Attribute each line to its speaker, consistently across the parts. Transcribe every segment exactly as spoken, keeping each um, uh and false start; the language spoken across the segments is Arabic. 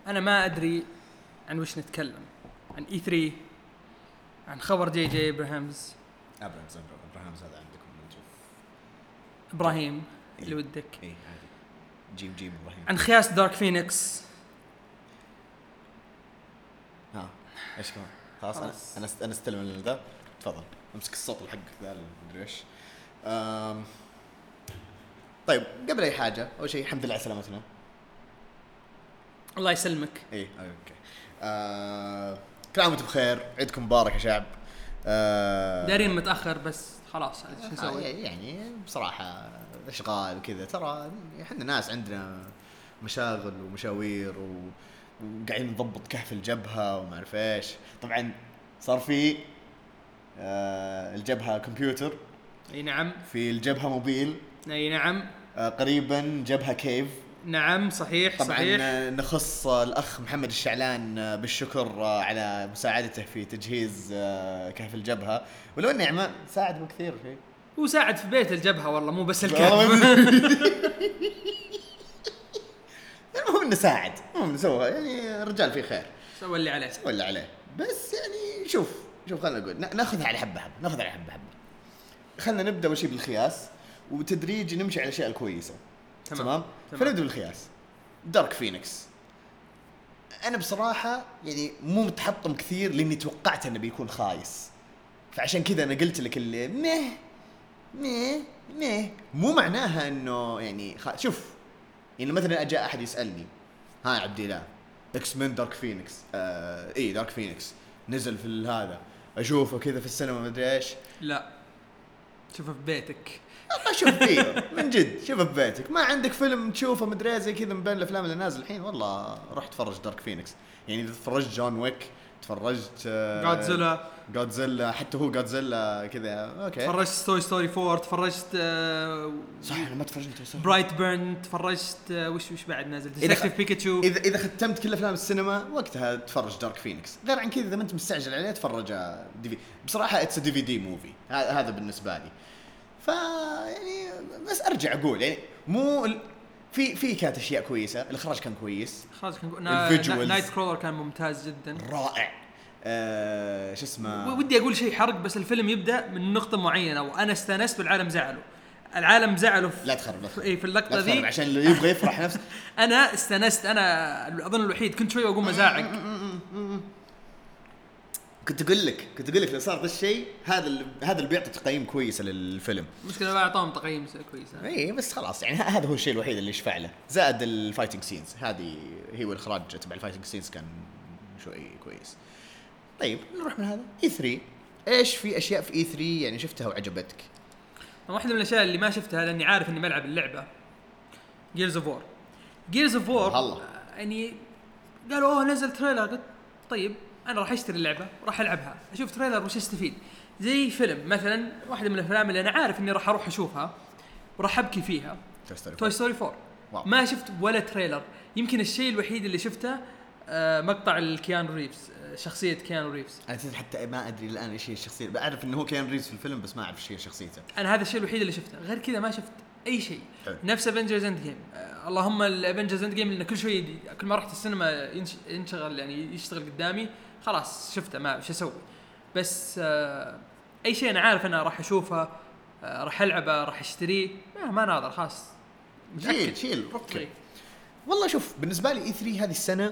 Speaker 1: انا ما ادري عن وش نتكلم، عن إي ثري، عن خبر جي جي ابراهامز
Speaker 2: ابراهامز ابراهامز هذا عندكم نشوف
Speaker 1: ابراهيم
Speaker 2: إيه؟
Speaker 1: اللي ودك
Speaker 2: اي عادي جيب جيب ابراهيم.
Speaker 1: عن خياس دارك فينيكس.
Speaker 2: ها ايش كمان؟ خلاص انا انا انا استلم من ذا. تفضل امسك الصوت الحق ذا المدري ايش. أم... طيب قبل اي حاجه اول شيء الحمد لله على سلامتنا.
Speaker 1: الله يسلمك.
Speaker 2: ايه اوكي. أه... كل عام وانتم بخير، عيدكم مبارك يا شعب. أه...
Speaker 1: دارين متاخر بس خلاص شو نسوي؟
Speaker 2: يعني بصراحه اشغال وكذا، ترى احنا ناس عندنا مشاغل ومشاوير و... وقاعدين نضبط كهف الجبهه وما اعرف ايش. طبعا صار في آه الجبهه كمبيوتر،
Speaker 1: اي نعم.
Speaker 2: في الجبهه موبيل،
Speaker 1: اي نعم.
Speaker 2: آه قريبا جبهه كيف.
Speaker 1: نعم صحيح.
Speaker 2: طبعا
Speaker 1: صحيح.
Speaker 2: نخص الاخ محمد الشعلان بالشكر على مساعدته في تجهيز آه كهف الجبهه، ولو اني ما ساعد كثير فيه.
Speaker 1: هو ساعد في بيت الجبهه والله، مو بس الكهف.
Speaker 2: المهم انه ساعد، المهم نسوي يعني الرجال فيه خير،
Speaker 1: سوى اللي عليه
Speaker 2: سوى اللي عليه. بس يعني شوف شوف خلنا نقول ناخذها على حبه حبه، ناخذها على حبه حبه. خلنا نبدا وشي بالخياس وتدريجي نمشي على الاشياء الكويسه. تمام, تمام؟ تمام. فنبدا بالخياس. دارك فينيكس انا بصراحه يعني مو متحطم كثير لاني توقعت انه بيكون خايس، فعشان كذا انا قلت لك اللي مه مه مه مو معناها انه يعني خ... شوف يعني مثلا اجى احد يسالني ها يا عبد الله اكس مان دارك فينيكس آه ايه دارك فينيكس نزل في هذا اشوفه كذا في السينما ما ادري ايش.
Speaker 1: لا شوفه في بيتك.
Speaker 2: ما شوف فيه من جد، شوفه في بيتك. ما عندك فيلم تشوفه مدري زي كذا من بين الافلام اللي نازل الحين؟ والله روح تفرج دارك فينيكس. يعني اذا تفرجت جون ويك، تفرجت
Speaker 1: غودزيلا
Speaker 2: غودزيلا حتى هو غودزيلا كذا اوكي،
Speaker 1: تفرجت توي ستوري فور، تفرجت آه
Speaker 2: صح انا ما تفرجت توي ستوري
Speaker 1: برايت بيرن، تفرجت آه وش وش بعد نازل ديتكتيف خ... بيكاتشو.
Speaker 2: اذا اذا ختمت كل افلام السينما وقتها تفرج دارك فينيكس. غير عن كذا اذا ما انت مستعجل عليه تفرج دي في. بصراحه اتس دي في دي موفي هذا بالنسبه لي. ف يعني بس ارجع اقول يعني مو ال... في في كانت اشياء كويسه، الاخراج كان كويس،
Speaker 1: الاخراج كان نا... نايت كرولر كان ممتاز جدا
Speaker 2: رائع. آه... شو اسمه
Speaker 1: ودي اقول شيء حرق بس الفيلم يبدا من نقطه معينه وانا استانست والعالم زعلوا. العالم زعلوا في...
Speaker 2: لا تخرب لا
Speaker 1: في... إيه في اللقطه دي
Speaker 2: عشان اللي يبغى يفرح نفسه.
Speaker 1: انا استانست، انا اظن الوحيد كنت شوي اقوم ازاعق.
Speaker 2: كنت اقول لك كنت اقول لك لو صار ذا الشيء هذا اللي هذا اللي بيعطي تقييم كويسه للفيلم.
Speaker 1: مشكله ما اعطاهم تقييم كويسه.
Speaker 2: اي بس خلاص يعني هذا هو الشيء الوحيد اللي يشفع له، زائد الفايتنج سينز هذه هي والاخراج تبع الفايتنج سينز كان شوي كويس. طيب نروح من هذا إي ثري. ايش في اشياء في إي ثري يعني شفتها وعجبتك؟
Speaker 1: واحده من الاشياء اللي ما شفتها لاني عارف اني بلعب اللعبه جيرز اوف وور. جيرز اوف وور يعني قالوا اوه نزل تريلر، قلت طيب انا راح اشتري اللعبه وراح العبها، اشوف تريلر وش استفيد. زي فيلم مثلا، واحده من الافلام اللي انا عارف اني راح اروح اشوفها وراح ابكي فيها، توي ستوري فور. ما شفت ولا تريلر. يمكن الشيء الوحيد اللي شفته آه مقطع الكيانو ريفز، آه شخصيه كيانو ريفز.
Speaker 2: انا حتى ما ادري الان ايش هي الشخصيه، بعرف انه هو كيانو ريفز في الفيلم بس ما اعرف ايش هي شخصيته.
Speaker 1: انا هذا الشيء الوحيد اللي شفته، غير كذا ما شفت اي شيء. نفس افنجرز اند جيم. آه اللهم الافنجرز اند جيم لان كل شوي كل ما رحت السينما ينشغل يعني يشتغل قدامي، خلاص شفته ما ايش اسوي. بس آه اي شيء انا عارف انا راح اشوفه، آه راح العبه، راح اشتريه، ما, ما ناظر خلاص
Speaker 2: شيل شيل ركب. والله شوف بالنسبه لي إي ثري هذه السنه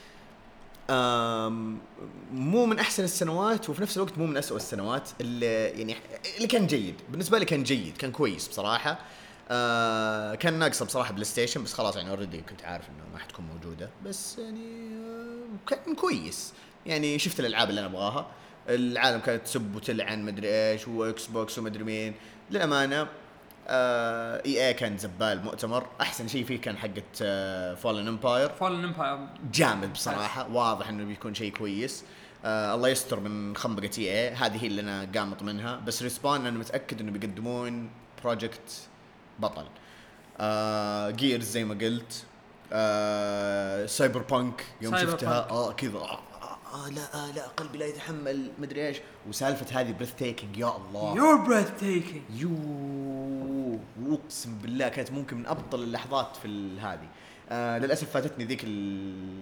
Speaker 2: مو من احسن السنوات وفي نفس الوقت مو من اسوأ السنوات. اللي يعني اللي كان جيد بالنسبه لي، كان جيد كان كويس بصراحه. آه كان ناقصه بصراحه بلاي ستيشن بس خلاص يعني اوريدي كنت عارف انه ما حتكون موجوده، بس يعني آه كان كويس. يعني شفت الالعاب اللي انا ابغاها، العالم كانت تسب وتلعن مدري ايش واكس بوكس ومدري مين. للامانه آه اي اي كان زبال مؤتمر. احسن شيء فيه كان حقه آه فالن امباير.
Speaker 1: فالن امباير
Speaker 2: جامد بصراحه، واضح انه بيكون شيء كويس. آه الله يستر من خنبقه اي اي، هذه هي اللي انا قامط منها. بس ريسبون انا متاكد انه بيقدمون بروجكت بطل. آه جيرز زي ما قلت. آه سايبر بانك يوم سايبر شفتها بانك. اه كذا آه, آه لا آه لا قلبي لا يتحمل مدري ايش. وسالفه هذه بريث تيكينج يا الله،
Speaker 1: يور بريث تيكينج
Speaker 2: يو اقسم بالله كانت ممكن من ابطل اللحظات في هذه. آه للاسف فاتتني ذيك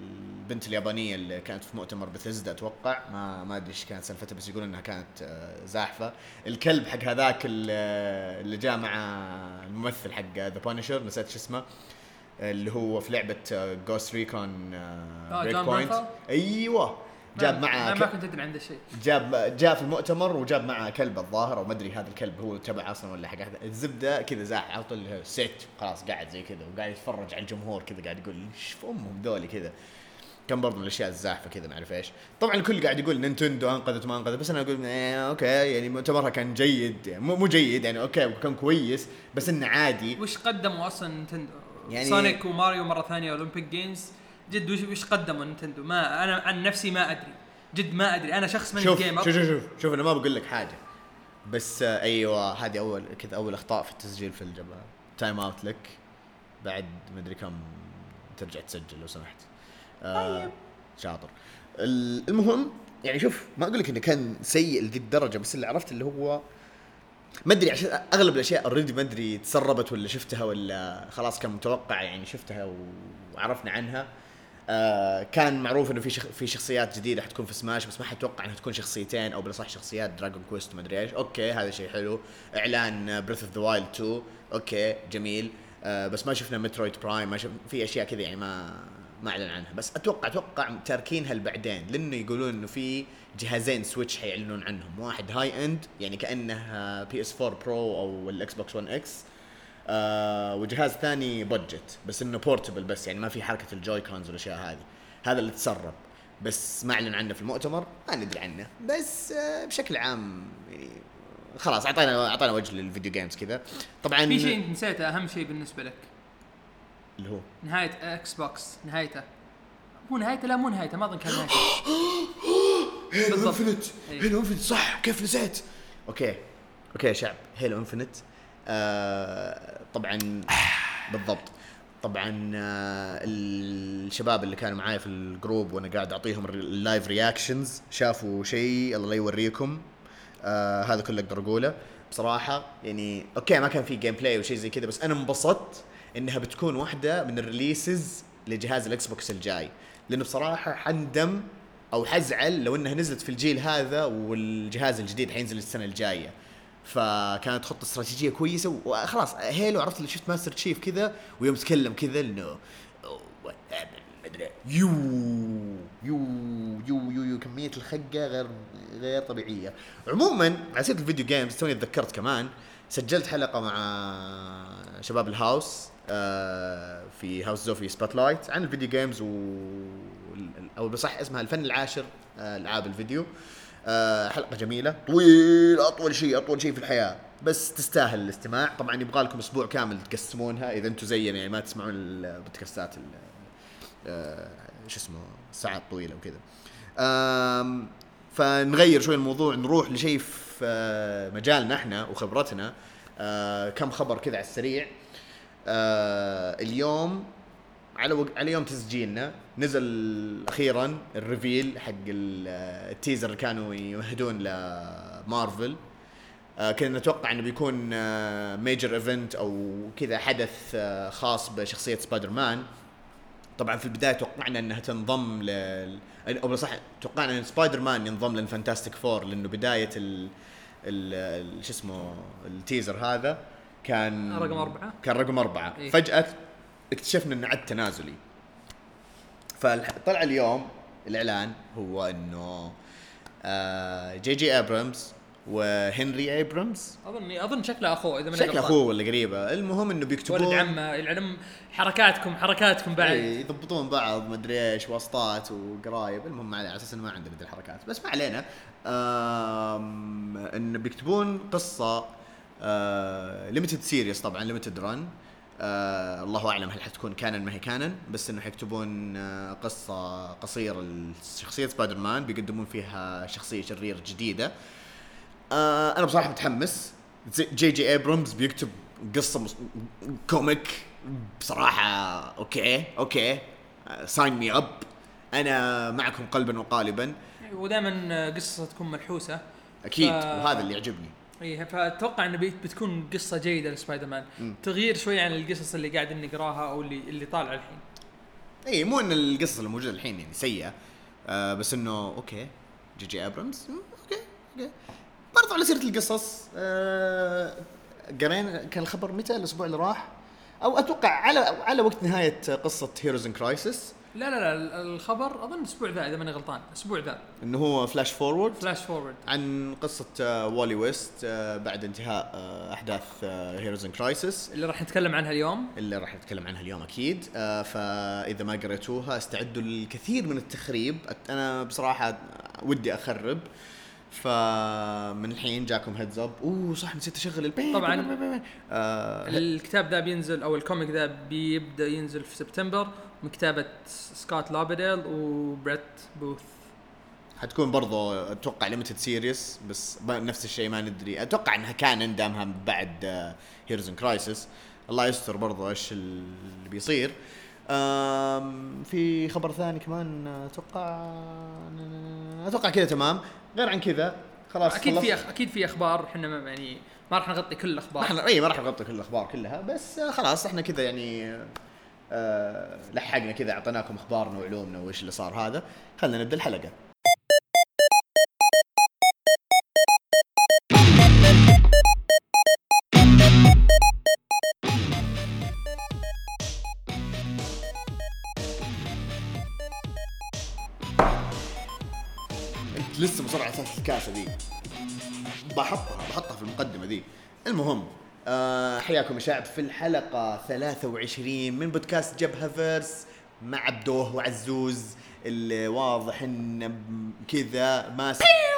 Speaker 2: البنت اليابانيه اللي كانت في مؤتمر بثيزدا اتوقع ما ما ادري ايش كانت سالفتها بس يقولون انها كانت زاحفه. الكلب حق هذاك اللي جاء مع الممثل حق ذا بانشر نسيت شو اسمه اللي هو في لعبه جوست ريكون بريك بوينت ايوه جاب معه
Speaker 1: ما كنت ادري عنده شيء
Speaker 2: جاب جاء في المؤتمر وجاب معه كلب الظاهر او ما ادري هذا الكلب هو تبع اصلا ولا حق الزبده كذا زاح عطل سيت خلاص قاعد زي كذا وقاعد يتفرج على الجمهور كذا قاعد يقول ايش في امهم ذولي كذا. كان برضو من الاشياء الزاحفه كذا ما اعرف ايش. طبعا الكل قاعد يقول نينتندو انقذت ما انقذت بس انا اقول إيه اوكي يعني مؤتمرها كان جيد يعني مو مو جيد يعني اوكي كان كويس بس انه عادي.
Speaker 1: وش قدموا اصلا نينتندو
Speaker 2: يعني
Speaker 1: سونيك وماريو مره ثانيه اولمبيك جيمز جد وش وش قدموا نينتندو ما انا عن نفسي ما ادري جد ما ادري انا شخص من الجيمر.
Speaker 2: شوف شوف شوف شوف انا ما بقول لك حاجه بس آه ايوه هذه اول كذا اول اخطاء في التسجيل في الجبهه تايم اوت لك بعد ما ادري كم ترجع تسجل لو سمحت. آه
Speaker 1: طيب
Speaker 2: شاطر. المهم يعني شوف ما اقول لك انه كان سيء لذي الدرجه بس اللي عرفت اللي هو ما ادري عشان اغلب الاشياء اوريدي ما ادري تسربت ولا شفتها ولا خلاص كان متوقع يعني شفتها وعرفنا عنها. آه كان معروف انه في شخ... في شخصيات جديده حتكون في سماش بس ما حتوقع انها تكون شخصيتين او بالاصح شخصيات دراجون كويست ما ادري ايش. اوكي هذا شيء حلو. اعلان بريث اوف ذا وايلد تو اوكي جميل. آه بس ما شفنا مترويد برايم ما شف... في اشياء كذا يعني ما ما اعلن عنها بس اتوقع اتوقع تاركينها لبعدين لانه يقولون انه في جهازين سويتش حيعلنون عنهم واحد هاي اند يعني كانه بي اس فور برو او الاكس بوكس ون اكس آه وجهاز ثاني بادجت بس انه بورتبل بس يعني ما في حركه الجوي كونز والاشياء هذه. هذا اللي تسرب بس ما اعلن عنه في المؤتمر ما ندري عنه بس آه بشكل عام يعني خلاص اعطينا اعطينا وجه للفيديو جيمز كذا. طبعا
Speaker 1: في شيء نسيته اهم شيء بالنسبه لك
Speaker 2: اللي هو
Speaker 1: نهايه اكس بوكس نهايته مو نهايته لا مو نهايته ما اظن كان نهايته
Speaker 2: هيلو انفنت هيلو انفنت صح كيف نسيت. اوكي اوكي يا شعب هيلو انفنت آه طبعا بالضبط طبعا آه الشباب اللي كانوا معايا في الجروب وانا قاعد اعطيهم اللايف رياكشنز شافوا شيء الله لا يوريكم. آه هذا كله اقدر اقوله بصراحه يعني اوكي ما كان في جيم بلاي وشيء زي كذا بس انا انبسطت انها بتكون واحده من الريليسز لجهاز الاكس بوكس الجاي لانه بصراحه حندم او حزعل لو انها نزلت في الجيل هذا والجهاز الجديد حينزل السنه الجايه. فكانت خطه استراتيجيه كويسه وخلاص هيلو عرفت اللي شفت ماستر تشيف كذا ويوم تكلم كذا انه يو يو يو يو يو كميه الخقه غير غير طبيعيه. عموما على سيره الفيديو جيمز توني تذكرت كمان سجلت حلقه مع شباب الهاوس آه في هاوس زوفي سبوتلايت عن الفيديو جيمز و او بصح اسمها الفن العاشر آه العاب الفيديو. آه حلقه جميله طويله اطول شيء اطول شيء في الحياه بس تستاهل الاستماع. طبعا يبغى لكم اسبوع كامل تقسمونها اذا انتم زينا يعني ما تسمعون البودكاستات آه شو اسمه ساعات طويله وكذا. آه فنغير شوي الموضوع نروح لشيء في آه مجالنا احنا وخبرتنا. آه كم خبر كذا على السريع. آه اليوم على وق... على يوم تسجيلنا نزل اخيرا الريفيل حق التيزر اللي كانوا يمهدون لمارفل. آه كنا نتوقع انه بيكون آه ميجر ايفنت او كذا حدث آه خاص بشخصيه سبايدر مان. طبعا في البدايه توقعنا انها تنضم ل او صح توقعنا ان سبايدر مان ينضم للفانتاستيك فور لانه بدايه ال ال شو اسمه التيزر هذا كان
Speaker 1: رقم أربعة
Speaker 2: كان رقم أربعة
Speaker 1: إيه؟
Speaker 2: فجأة اكتشفنا انه عد تنازلي. فطلع اليوم الاعلان هو انه آه جي جي ابرامز وهنري ابرامز
Speaker 1: اظن اظن شكله اخوه اذا ما
Speaker 2: شكله اخوه ولا قريبه المهم انه بيكتبون
Speaker 1: ولد عمه العلم حركاتكم حركاتكم بعد
Speaker 2: ايه يضبطون بعض ما ادري ايش واسطات وقرايب. المهم على اساس انه ما عندنا ذي الحركات بس ما علينا. انه بيكتبون قصه ليميتد سيريس طبعا ليميتد ران. آه الله اعلم هل حتكون كانن ما هي كانن بس انه حيكتبون آه قصه قصيره لشخصيه سبايدر مان بيقدمون فيها شخصيه شريره جديده. آه انا بصراحه متحمس. جي جي ابرامز بيكتب قصه مص... كوميك بصراحه اوكي اوكي ساين مي اب انا معكم قلبا وقالبا.
Speaker 1: ودائما قصه تكون ملحوسه
Speaker 2: اكيد ف... وهذا اللي يعجبني.
Speaker 1: ايه فاتوقع انه بتكون قصه جيده لسبايدر مان م. تغيير شوي عن القصص اللي قاعد نقراها او اللي اللي طالعه الحين.
Speaker 2: اي مو ان القصص الموجوده الحين يعني سيئه، آه بس انه اوكي جي جي ابرامز اوكي اوكي. برضو على سيره القصص، آه قرينا كان الخبر متى الاسبوع اللي راح، او اتوقع على على وقت نهايه قصه هيروز ان كرايسيس.
Speaker 1: لا لا لا الخبر اظن الاسبوع ذا اذا ماني غلطان، الاسبوع ذا
Speaker 2: انه هو فلاش فورورد
Speaker 1: فلاش فورورد
Speaker 2: عن قصه آه والي ويست آه بعد انتهاء آه احداث هيروز ان كرايسيس
Speaker 1: اللي راح نتكلم عنها اليوم
Speaker 2: اللي راح نتكلم عنها اليوم اكيد. آه فاذا ما قريتوها استعدوا للكثير من التخريب. انا بصراحه ودي اخرب، فمن الحين جاكم هيدز اب. اوه صح نسيت اشغل البي.
Speaker 1: طبعا
Speaker 2: آه
Speaker 1: الكتاب ذا بينزل او الكوميك ذا بيبدا ينزل في سبتمبر من كتابه سكوت لابيديل وبريت بوث.
Speaker 2: حتكون برضو اتوقع ليميتد سيريس بس نفس الشيء ما ندري. اتوقع انها كان دامها بعد هيروز ان كرايسيس. الله يستر برضو ايش اللي بيصير. في خبر ثاني كمان اتوقع اتوقع كذا تمام. غير عن كذا خلاص
Speaker 1: اكيد في أخ... اكيد في اخبار. احنا يعني ما راح نغطي كل الاخبار.
Speaker 2: احنا اي ما راح نغطي كل الاخبار كلها، بس خلاص احنا كذا يعني أه لحقنا كذا اعطيناكم اخبارنا وعلومنا وايش اللي صار. هذا خلينا نبدا الحلقه. لسه مصر على اساس الكاسه دي بحطها بحطها في المقدمه دي. المهم أه حياكم يا شعب في الحلقه ثلاثة وعشرين من بودكاست جبهه فيرس مع عبدوه وعزوز اللي واضح ان كذا ماس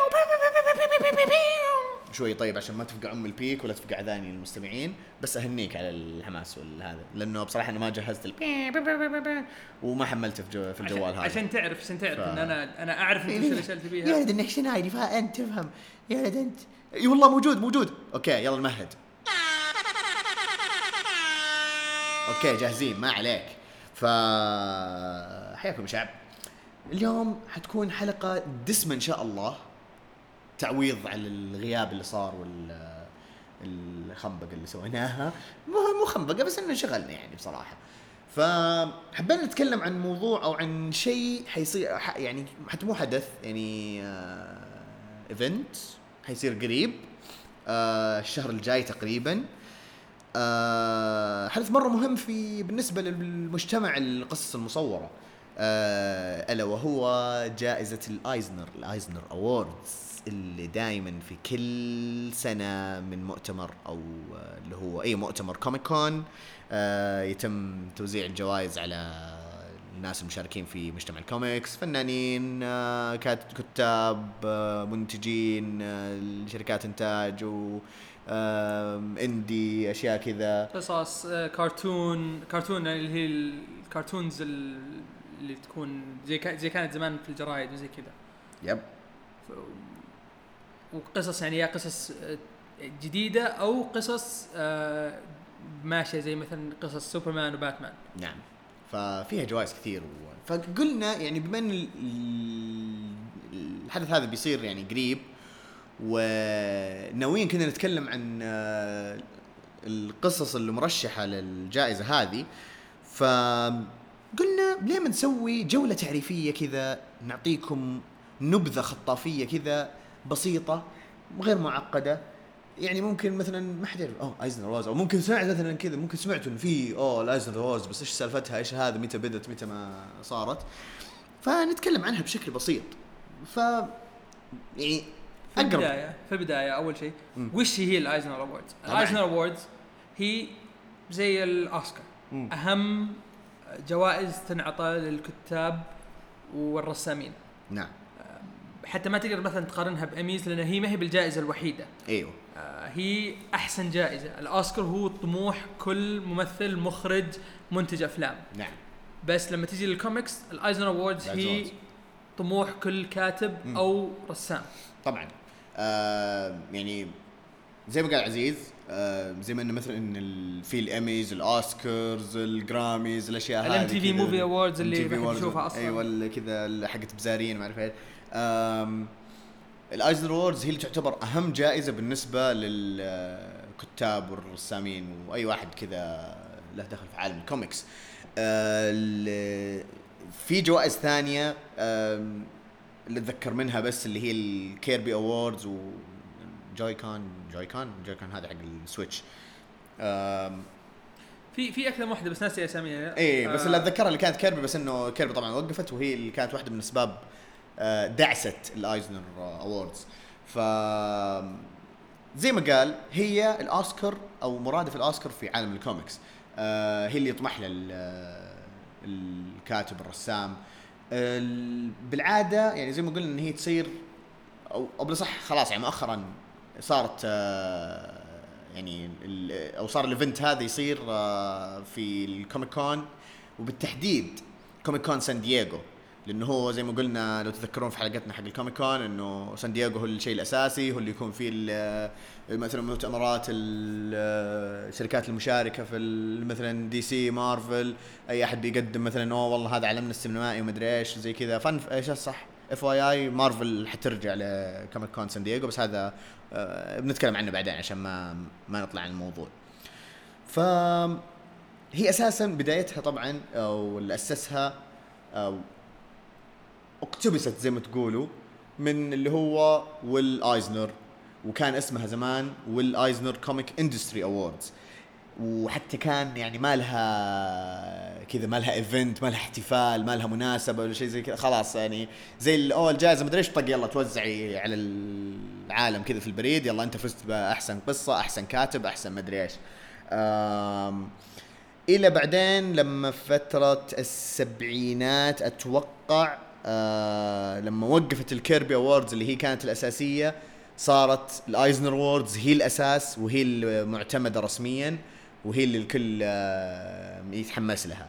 Speaker 2: شوي. طيب عشان ما تفقع ام البيك ولا تفقع اذاني المستمعين، بس اهنيك على الحماس والهذا، لانه بصراحه انا ما جهزت البي وما حملته في, جو في الجوال هذا
Speaker 1: عشان تعرف عشان تعرف ف... ان انا انا اعرف انت ايش اللي سالت فيها.
Speaker 2: يا ولد النحشن عادي فانت تفهم يا ولد انت. اي والله موجود موجود. اوكي يلا نمهد. اوكي جاهزين ما عليك. ف حياكم يا شعب. اليوم حتكون حلقه دسمه ان شاء الله، تعويض على الغياب اللي صار والخنبقه اللي سويناها. مو خنبقه بس انه شغلنا يعني بصراحه. فحبينا نتكلم عن موضوع او عن شيء حيصير يعني حتى مو حدث يعني ايفنت حيصير قريب آه الشهر الجاي تقريبا. آه حدث مره مهم في بالنسبه للمجتمع القصص المصوره، آه الا وهو جائزه الايزنر الايزنر اووردز اللي دائما في كل سنة من مؤتمر أو اللي هو أي مؤتمر كوميك كون آه يتم توزيع الجوائز على الناس المشاركين في مجتمع الكوميكس، فنانين آه كتاب آه منتجين آه شركات إنتاج و آه اندي أشياء كذا
Speaker 1: قصص آه كرتون كرتون اللي هي الكرتونز اللي تكون زي زي كانت زمان في الجرايد وزي كذا.
Speaker 2: يب.
Speaker 1: وقصص يعني يا قصص جديدة أو قصص ماشية زي مثلا قصص سوبرمان وباتمان.
Speaker 2: نعم ففيها جوائز كثير. فقلنا يعني بما أن الحدث هذا بيصير يعني قريب وناويين كنا نتكلم عن القصص اللي مرشحة للجائزة هذه، فقلنا ليه ما نسوي جولة تعريفية كذا، نعطيكم نبذة خطافية كذا بسيطة وغير معقدة. يعني ممكن مثلا ما حد يعرف اه ايزنر واز، او ممكن سمعت مثلا كذا ممكن سمعتوا ان في اه الايزنر واز بس ايش سالفتها ايش هذا متى بدت متى ما صارت، فنتكلم عنها بشكل بسيط. ف يعني
Speaker 1: في البداية في البداية أول شيء وش هي الايزنر اووردز؟ الايزنر اووردز هي زي الاوسكار، اهم جوائز تنعطى للكتاب والرسامين.
Speaker 2: نعم.
Speaker 1: حتى ما تقدر مثلا تقارنها بأميز لأن هي ما هي بالجائزة الوحيدة.
Speaker 2: ايوه.
Speaker 1: آه هي أحسن جائزة. الأوسكار هو طموح كل ممثل مخرج منتج أفلام.
Speaker 2: نعم.
Speaker 1: بس لما تيجي للكوميكس الايزنر اووردز هي طموح كل كاتب م. أو رسام.
Speaker 2: طبعا. آه يعني زي ما قال عزيز آه زي ما انه مثلا ان في الاميز الاوسكارز الجراميز الاشياء هذه
Speaker 1: الام تي في موفي اووردز اللي بنشوفها اصلا
Speaker 2: ايوه كذا حقت بزارين ما اعرف ايش. الايزنر اووردز هي اللي تعتبر اهم جائزه بالنسبه للكتاب والرسامين واي واحد كذا له دخل في عالم الكوميكس. آه في جوائز ثانيه آه اللي اتذكر منها بس اللي هي الكيربي اووردز وجوي كان جوي كان جوي كان هذا حق السويتش.
Speaker 1: في في اكثر واحده بس ناسي اساميها.
Speaker 2: ايه بس اللي اتذكرها اللي كانت كيربي، بس انه كيربي طبعا وقفت وهي اللي كانت واحده من اسباب دعسه الايزنر اووردز. ف زي ما قال هي الاوسكار او مرادف الاوسكار في عالم الكوميكس. آه هي اللي يطمح لها الكاتب الرسام. آه بالعاده يعني زي ما قلنا ان هي تصير او او بصح خلاص يعني مؤخرا صارت آه يعني او صار الايفنت هذا يصير آه في الكوميك كون، وبالتحديد كوميك كون سان دييغو، لانه هو زي ما قلنا لو تذكرون في حلقتنا حق الكوميك كون انه سان دييغو هو الشيء الاساسي، هو اللي يكون فيه مثلا مؤتمرات الشركات المشاركه في مثلا دي سي مارفل، اي احد بيقدم مثلا اوه والله هذا علمنا السينمائي ومدري ايش زي كذا. فن ايش صح اف واي اي مارفل حترجع لكوميك كون سان دييغو، بس هذا آه بنتكلم عنه بعدين عشان ما ما نطلع عن الموضوع. ف هي اساسا بدايتها طبعا او اللي اسسها او اقتبست زي ما تقولوا من اللي هو ويل ايزنر، وكان اسمها زمان ويل ايزنر كوميك اندستري اووردز. وحتى كان يعني ما لها كذا، ما لها ايفنت، ما لها احتفال، ما لها مناسبه ولا شيء زي كذا، خلاص يعني زي الاول جائزه مدري ايش طق يلا توزعي على العالم كذا في البريد، يلا انت فزت باحسن قصه، احسن كاتب، احسن مدري ايش. الى بعدين لما فتره السبعينات اتوقع آه لما وقفت الكيربي اووردز اللي هي كانت الاساسيه، صارت الايزنر اووردز هي الاساس وهي المعتمده رسميا وهي اللي الكل آه يتحمس لها.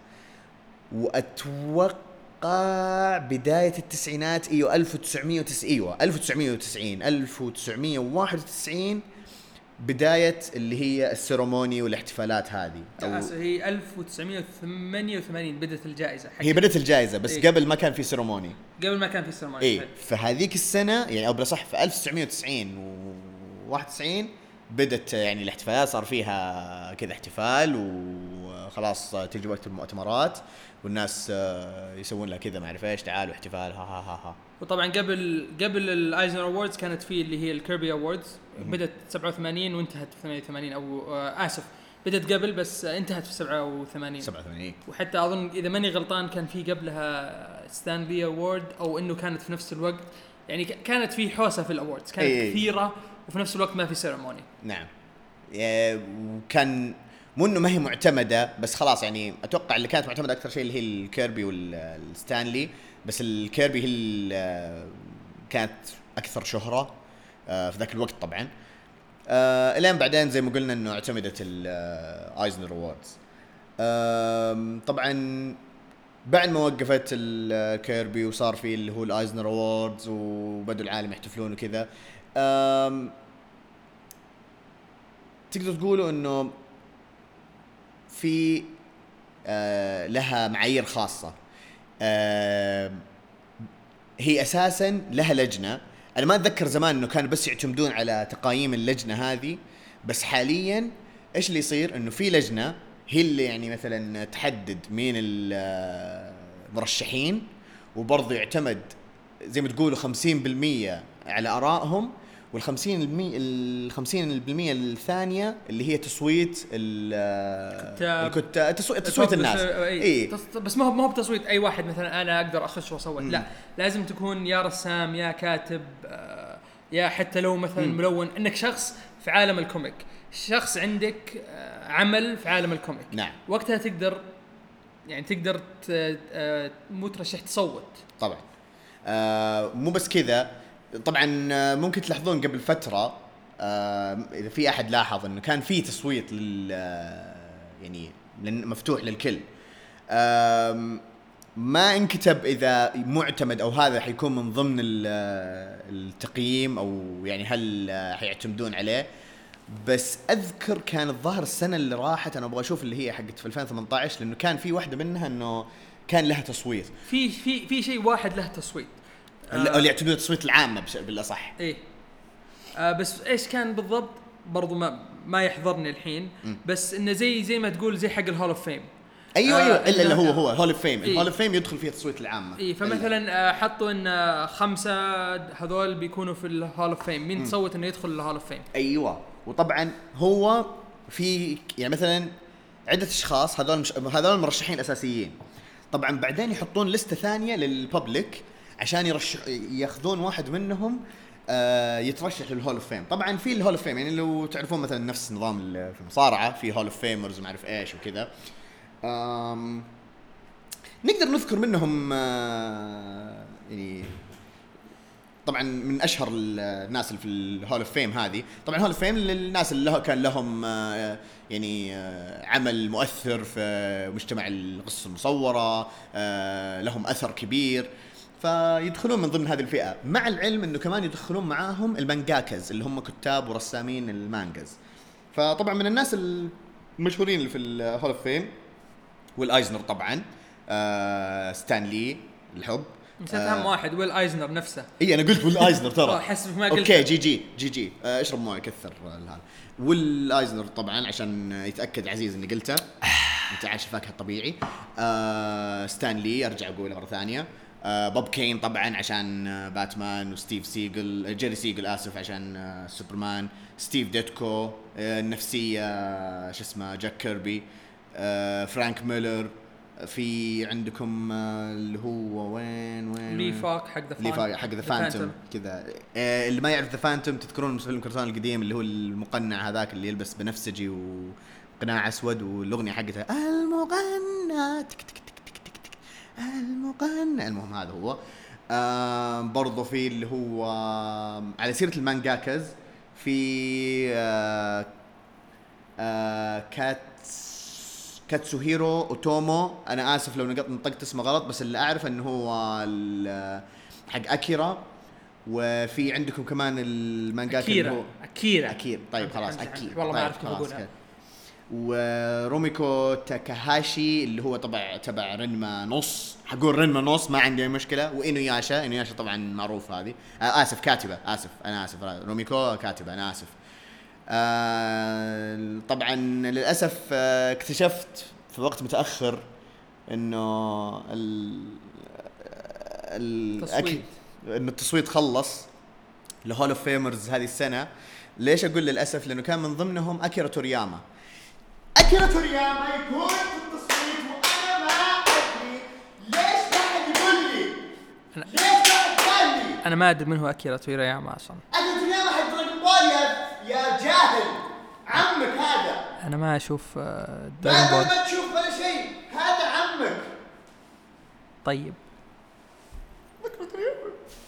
Speaker 2: واتوقع بدايه التسعينات ايوه ألف وتسعمية وتسعين ايوه ألف وتسعمية وتسعين ألف وتسعمية وواحد وتسعين بداية اللي هي السيرموني والاحتفالات هذه.
Speaker 1: هي ألف وتسعمية وثمانية وثمانين بدت الجائزة.
Speaker 2: هي بدت الجائزة بس إيه؟ قبل ما كان في سيرموني.
Speaker 1: قبل ما كان في سيرموني.
Speaker 2: إيه فهذيك السنة يعني أو بصح في ألف وتسعمية وتسعين وواحد وتسعين بدت يعني الاحتفالات، صار فيها كذا احتفال وخلاص تيجي وقت المؤتمرات والناس يسوون لها كذا ما أعرف إيش، تعالوا احتفال ها ها ها ها.
Speaker 1: وطبعا قبل قبل الايزنر اووردز كانت في اللي هي الكيربي اووردز، بدت سبعة وثمانين وانتهت في ثمانية وثمانين او اسف بدت قبل بس انتهت في سبعة وثمانين.
Speaker 2: سبعة وثمانين
Speaker 1: وحتى اظن اذا ماني غلطان كان في قبلها ستانلي اوورد او انه كانت في نفس الوقت، يعني كانت في حوسه في الاووردز كانت أيه. كثيره وفي نفس الوقت ما في سيرموني.
Speaker 2: نعم وكان مو انه ما هي معتمده بس خلاص يعني اتوقع اللي كانت معتمده اكثر شيء اللي هي الكيربي والستانلي، بس الكيربي هي اللي كانت اكثر شهره في ذاك الوقت طبعا. الين بعدين زي ما قلنا انه اعتمدت الايزنر اووردز. طبعا بعد ما وقفت الكيربي وصار في اللي هو الايزنر اووردز وبدوا العالم يحتفلون وكذا، تقدر تقولوا انه في آه لها معايير خاصة. آه هي أساساً لها لجنة. أنا ما أتذكر زمان إنه كانوا بس يعتمدون على تقايم اللجنة هذه، بس حالياً إيش اللي يصير إنه في لجنة هي اللي يعني مثلاً تحدد مين المرشحين، وبرضه يعتمد زي ما تقولوا خمسين بالمية على آرائهم، والخمسين المية الخمسين بالمية الثانية اللي هي تصويت الكتاب، تصويت, تصويت الناس.
Speaker 1: إيه بس ما هو ما هو بتصويت أي واحد مثلا أنا أقدر أخش وأصوت، لا لازم تكون يا رسام يا كاتب يا حتى لو مثلا م. ملون، إنك شخص في عالم الكوميك، شخص عندك عمل في عالم الكوميك.
Speaker 2: نعم.
Speaker 1: وقتها تقدر يعني تقدر مو ترشح تصوت
Speaker 2: طبعا. آه مو بس كذا، طبعا ممكن تلاحظون قبل فترة إذا في أحد لاحظ إنه كان في تصويت لل يعني مفتوح للكل، ما انكتب إذا معتمد أو هذا حيكون من ضمن التقييم أو يعني هل حيعتمدون عليه. بس أذكر كان الظاهر السنة اللي راحت أنا أبغى أشوف اللي هي حقت في ألفين وثمانية عشر، لأنه كان في واحدة منها إنه كان لها تصويت،
Speaker 1: في في في شيء واحد له تصويت
Speaker 2: اللي آه يعتمدون التصويت العامة بالأصح.
Speaker 1: إيه آه بس إيش كان بالضبط برضو ما ما يحضرني الحين بس انه زي زي ما تقول زي حق الهول اوف فيم.
Speaker 2: ايوه ايوه آه الا اللي هو هو هول اوف فيم. الهول اوف فيم يدخل فيه التصويت العامه.
Speaker 1: اي فمثلا حطوا ان خمسه هذول بيكونوا في الهول اوف فيم، مين تصوت انه يدخل الهول اوف فيم؟
Speaker 2: ايوه. وطبعا هو في يعني مثلا عده اشخاص هذول مش هذول المرشحين الاساسيين، طبعا بعدين يحطون لسته ثانيه للببليك عشان يرشح ياخذون واحد منهم آه يترشح للهول اوف فيم. طبعا في الهول اوف فيم يعني لو تعرفون مثلا نفس نظام في المصارعه في هول اوف فيمرز ما اعرف ايش وكذا. نقدر نذكر منهم آه يعني طبعا من اشهر الناس اللي في الهول اوف فيم هذه. طبعا الهول اوف فيم للناس اللي كان لهم آه يعني آه عمل مؤثر في مجتمع القصص المصوره، آه لهم اثر كبير، فيدخلون من ضمن هذه الفئه. مع العلم انه كمان يدخلون معاهم المانجاكاز اللي هم كتاب ورسامين المانجاز. فطبعا من الناس المشهورين اللي في الهول اوف فيم والايزنر طبعا آه ستانلي الحب
Speaker 1: نسيت اهم آه واحد ويل ايزنر نفسه.
Speaker 2: اي انا قلت ويل ايزنر ترى
Speaker 1: حسب ما قلت.
Speaker 2: اوكي جي جي جي جي آه اشرب مويه كثر هذا. ويل ايزنر طبعا عشان يتاكد عزيز اني قلته انت عايش فاكهه طبيعي. آه ستانلي ارجع اقوله مره ثانيه. آه بوب كين طبعا عشان آه باتمان، وستيف سيجل جيري سيجل اسف عشان آه سوبرمان، ستيف ديتكو آه النفسيه آه شو اسمه جاك كيربي، آه فرانك ميلر. في عندكم آه اللي هو وين وين
Speaker 1: لي فاك حق ذا
Speaker 2: فانتوم حق ذا فانتوم كذا. آه اللي ما يعرف ذا فانتوم تذكرون فيلم الكرتون القديم اللي هو المقنع هذاك اللي يلبس بنفسجي وقناع اسود والاغنيه حقتها المقنع تك تك تك تك تك تك المقنع. المهم هذا هو. آه برضو في اللي هو آه على سيره المانجاكاز في آه آه كات كاتسوهيرو اوتومو. انا اسف لو نطقت اسمه غلط بس اللي اعرف انه هو حق اكيرا. وفي عندكم كمان المانجاكا
Speaker 1: اكيرا هو اكيرا
Speaker 2: اكير. طيب خلاص اكيد
Speaker 1: والله
Speaker 2: طيب
Speaker 1: ما اعرف كيف اقولها.
Speaker 2: وروميكو تاكاهاشي اللي هو تبع تبع رنما نص، حقول رنما نص ما عندي مشكله. وانوياشا انوياشا طبعا معروف هذه آه اسف كاتبه اسف انا اسف روميكو كاتبه انا اسف. آه طبعا للاسف آه اكتشفت في وقت متاخر انه ال
Speaker 1: التصويت
Speaker 2: انه التصويت خلص لهول اوف فيمرز هذه السنه. ليش اقول للاسف؟ لانه كان من ضمنهم اكيرا تورياما. اكيرا تورياما يكون في التصويت وانا ما ادري ليش قاعد يقول لي ليش قاعد قال لي
Speaker 1: انا ما ادري من هو اكيرا تورياما اصلا.
Speaker 2: اكيرا تورياما حق دراغون بول يا يا جاهل عمك هذا.
Speaker 1: انا ما اشوف
Speaker 2: دراغون بول. ما تشوف ولا شيء هذا عمك.
Speaker 1: طيب
Speaker 2: اكيرا تورياما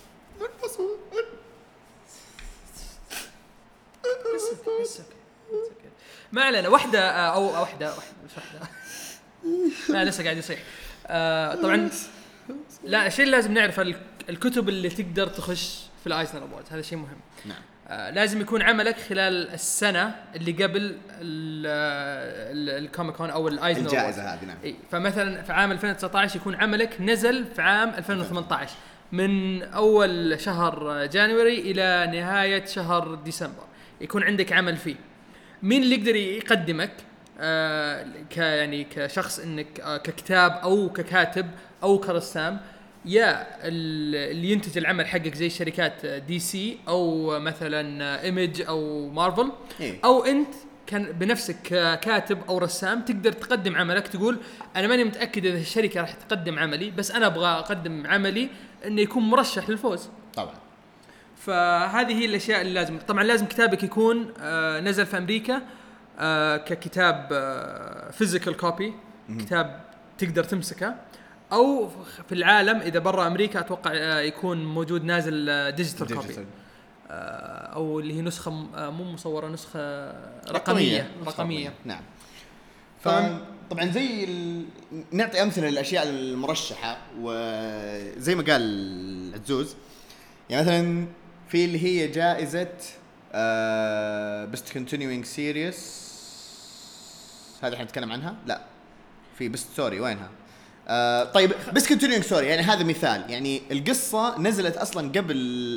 Speaker 1: ما علينا. واحدة أو واحدة واحدة لا لسه قاعد يصيح. آه طبعا لا الشيء اللي لازم نعرف الكتب اللي تقدر تخش في الآيزنر أوورد هذا شيء مهم.
Speaker 2: نعم.
Speaker 1: آه لازم يكون عملك خلال السنة اللي قبل الكوميكون أو الآيزنر
Speaker 2: الجائزة هذه. نعم.
Speaker 1: فمثلا في عام ألفين وتسعة عشر يكون عملك نزل في عام ألفين وثمانية عشر من أول شهر جانوري إلى نهاية شهر ديسمبر يكون عندك عمل فيه. مين اللي يقدر يقدمك آه ك يعني كشخص انك آه ككتاب او ككاتب او كرسام؟ يا اللي ينتج العمل حقك زي شركات دي سي او مثلا ايمج او مارفل
Speaker 2: إيه؟
Speaker 1: او انت كان بنفسك كاتب او رسام تقدر تقدم عملك تقول انا ماني متاكد اذا الشركه راح تقدم عملي بس انا ابغى اقدم عملي انه يكون مرشح للفوز.
Speaker 2: طبعا.
Speaker 1: فهذه هي الاشياء اللي لازم. طبعا لازم كتابك يكون آه نزل في امريكا آه ككتاب آه فيزيكال كوبي كتاب تقدر تمسكه، او في العالم اذا برا امريكا اتوقع آه يكون موجود نازل آه ديجيتال كوبي آه او اللي هي نسخه آه مو مصوره نسخه رقميه رقميه, رقمية.
Speaker 2: نعم. فطبعا زي ال... نعطي امثله للاشياء المرشحه وزي ما قال عزوز يعني مثلا في اللي هي جائزة بست كونتينيوينج سيريس هذه احنا نتكلم عنها. لا في بست ستوري وينها آه طيب بس كونتينيوينج ستوري، يعني هذا مثال. يعني القصه نزلت اصلا قبل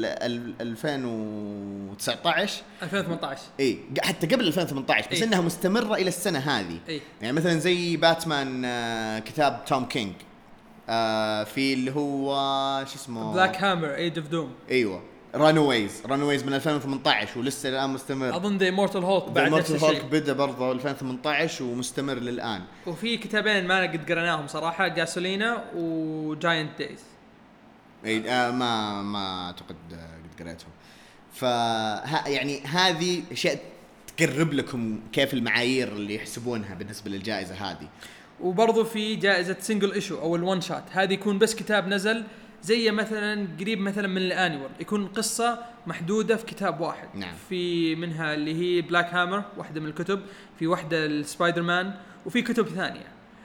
Speaker 2: ألفين وتسعة عشر
Speaker 1: ألفين وثمانية عشر،
Speaker 2: اي حتى قبل ألفين وثمانية عشر، بس
Speaker 1: إيه؟
Speaker 2: انها مستمره الى السنه هذه.
Speaker 1: إيه؟
Speaker 2: يعني مثلا زي باتمان آه كتاب توم كينج، آه في اللي هو شو اسمه
Speaker 1: بلاك هامر ايج اوف دوم.
Speaker 2: ايوه رانويز رانويز من ألفين وثمانية عشر ولسه الان مستمر.
Speaker 1: اظن ذا مورتال هولك بعد نفس الشيء.
Speaker 2: هولك بدا برضه ألفين وثمانية عشر ومستمر للان.
Speaker 1: وفي كتابين ما قد قرأناهم صراحه، جاسولينا وجاينت دايز.
Speaker 2: اي آه ما ما اعتقد قد قريتهم. ف يعني هذه اشياء تقرب لكم كيف المعايير اللي يحسبونها بالنسبه للجائزه هذه.
Speaker 1: وبرضو في جائزه سنجل ايشو او الون شوت، هذه يكون بس كتاب نزل زي مثلا قريب مثلا من الانيور، يكون قصه محدوده في كتاب واحد.
Speaker 2: نعم.
Speaker 1: في منها اللي هي بلاك هامر واحده من الكتب، في واحده السبايدر مان، وفي كتب ثانيه.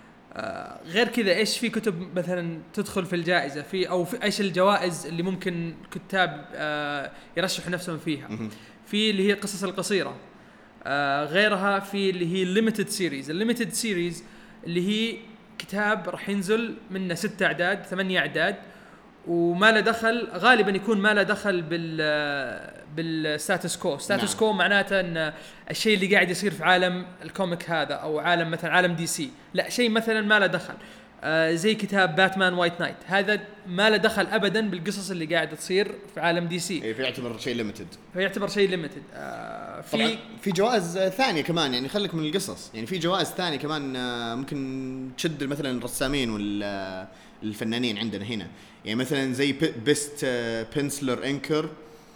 Speaker 1: آه غير كذا ايش في كتب مثلا تدخل في الجائزه في او في ايش الجوائز اللي ممكن كتاب آه يرشحوا نفسهم فيها. في اللي هي القصص القصيره، آه غيرها في اللي هي الليميتد سيريز. الليميتد سيريز اللي هي كتاب راح ينزل منه ستة اعداد ثمانية اعداد، وما له دخل، غالبا يكون ما له دخل بال بالستاتس كو. ستاتس كو معناته ان الشيء اللي قاعد يصير في عالم الكوميك هذا او عالم مثلا عالم دي سي، لا شيء مثلا ما له دخل. آه زي كتاب باتمان وايت نايت، هذا ما له دخل ابدا بالقصص اللي قاعده تصير في عالم دي سي،
Speaker 2: فيعتبر شيء ليميتد.
Speaker 1: فيعتبر شيء ليميتد. آه
Speaker 2: في في جوائز ثانيه كمان، يعني خليك من القصص، يعني في جوائز ثانيه كمان آه ممكن تشد مثلا الرسامين والفنانين عندنا هنا. يعني مثلا زي بيست بنسلر انكر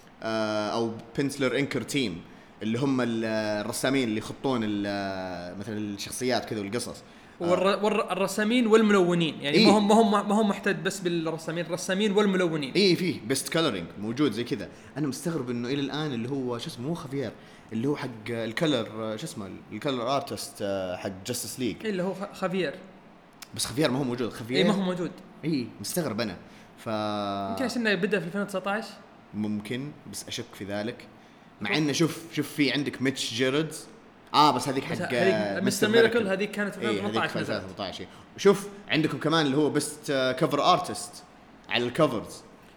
Speaker 2: او بنسلر انكر تيم، اللي هم الرسامين اللي يخطون مثلا الشخصيات كذا والقصص،
Speaker 1: والرسامين والملونين. يعني
Speaker 2: إيه؟
Speaker 1: ما هم ما هم ما هم محتد بس بالرسامين، الرسامين والملونين.
Speaker 2: اي فيه بيست كلرينج موجود زي كذا. انا مستغرب انه الى الان اللي هو شو اسمه مو خافير، اللي هو حق الكلر شو اسمه الكلر ارتست حق جاستس ليج،
Speaker 1: اللي هو خافير.
Speaker 2: بس خافير ما هو موجود. خافير
Speaker 1: اي ما هو موجود.
Speaker 2: اي مستغرب انا. ف
Speaker 1: يمكن عشان بدا في ألفين وتسعة عشر،
Speaker 2: ممكن، بس اشك في ذلك. مع انه شوف شوف في عندك ميتش جيردز، اه بس هذيك حق
Speaker 1: مستر ميراكل، هذيك كانت في ألفين وثمانية
Speaker 2: عشر. شوف عندكم كمان اللي هو بست كفر ارتست على الكفرز،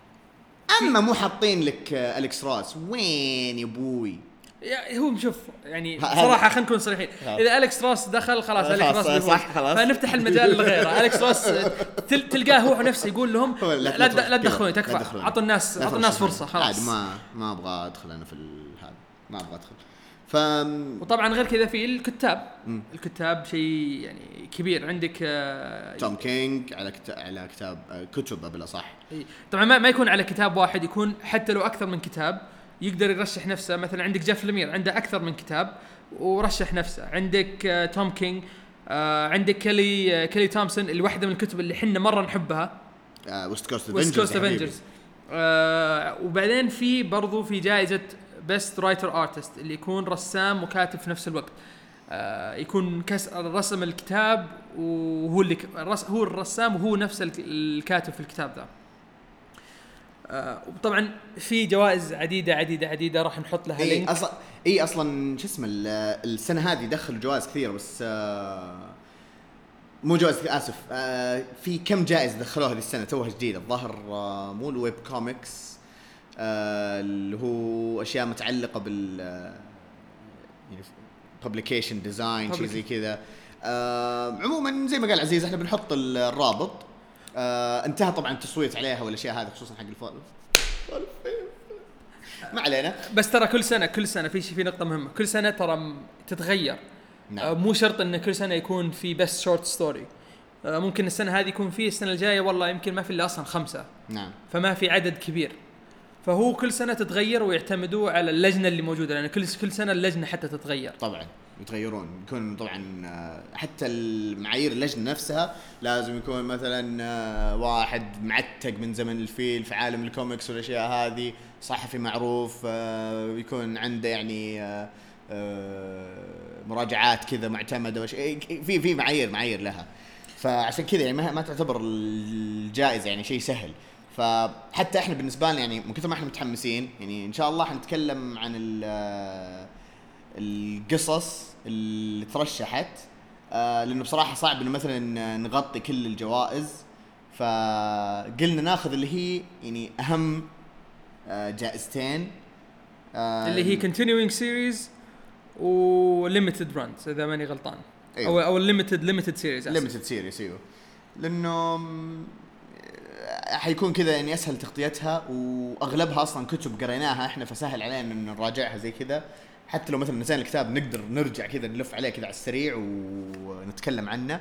Speaker 2: اما مو حاطين لك اليكس راس. وين يا ابوي؟
Speaker 1: هو شوف يعني صراحه خلينا نكون صريحين، اذا أليكس راس دخل خلاص أليكس راس
Speaker 2: صح خلاص،
Speaker 1: فنفتح المجال لغيره. أليكس راس تلقاه هو نفسه يقول لهم لا لا تدخلوني، تكفى، عطوا الناس عطوا الناس فرصه خلاص.
Speaker 2: ما ما ابغى ادخل انا في هذا، ما ابغى ادخل. ف
Speaker 1: وطبعا غير كذا في الكتاب. م. الكتاب شيء يعني كبير. عندك
Speaker 2: توم كينج على كتاب على كتاب كتب بالاصح.
Speaker 1: طبعا ما ما يكون على كتاب واحد، يكون حتى لو اكثر من كتاب يقدر يرشح نفسه. مثلا عندك جيف لمير عنده اكثر من كتاب ورشح نفسه. عندك توم كينج، عندك كيلي كيلي تومسون اللي واحده من الكتب اللي حنا مره نحبها،
Speaker 2: ويست
Speaker 1: كوست افنجرز. وبعدين في برضو في جائزه بيست رايتر ارتست اللي يكون رسام وكاتب في نفس الوقت. آه يكون كس رسم الكتاب وهو اللي الرس هو الرسام وهو نفس الكاتب في الكتاب ذا. آه وطبعا في جوائز عديده عديده عديده راح نحط لها
Speaker 2: إيه
Speaker 1: لينك.
Speaker 2: اصلا اي اصلا شو اسمه السنه هذه دخلوا جوائز كثير، بس آه مو جوائز اسف آه في كم جائزه دخلوها هذه السنه توها جديده الظاهر. آه مو الويب كوميكس، آه اللي هو اشياء متعلقه بال يعني بابليكيشن ديزاين شيء زي كذا. آه عموما زي ما قال عزيز احنا بنحط الرابط. آه انتهى طبعا التصويت عليها والاشياء هذه خصوصا حق الفولو. ما علينا،
Speaker 1: بس ترى كل سنه كل سنه في شيء في نقطه مهمه، كل سنه ترى تتغير. نعم. آه مو شرط ان كل سنه يكون في بس شورت ستوري. آه ممكن السنه هذه يكون في، السنه الجايه والله يمكن ما في الا اصلا خمسه.
Speaker 2: نعم.
Speaker 1: فما في عدد كبير، فهو كل سنه تتغير ويعتمدوا على اللجنه اللي موجوده، لان كل كل سنه اللجنه حتى تتغير.
Speaker 2: طبعا يتغيرون، يكون طبعا حتى المعايير اللجنه نفسها لازم يكون مثلا واحد معتق من زمن الفيل في عالم الكوميكس والاشياء هذه، صحفي معروف، يكون عنده يعني مراجعات كذا معتمده في في معايير معايير لها. فعشان كذا يعني ما تعتبر الجائزه يعني شيء سهل. فحتى احنا بالنسبه لنا يعني من كثر ما احنا متحمسين، يعني ان شاء الله حنتكلم عن القصص اللي ترشحت آه لانه بصراحه صعب انه مثلا نغطي كل الجوائز، فقلنا ناخذ اللي هي يعني اهم آه جائزتين
Speaker 1: آه اللي هي continuing series و limited runs اذا ماني غلطان. أيوه. او او limited limited series
Speaker 2: limited series ايوه، لانه حيكون كذا يعني اسهل تغطيتها، واغلبها اصلا كتب قريناها احنا فسهل علينا ان نراجعها زي كذا. حتى لو مثلا نسينا الكتاب نقدر نرجع كذا نلف عليه كذا على السريع ونتكلم عنه.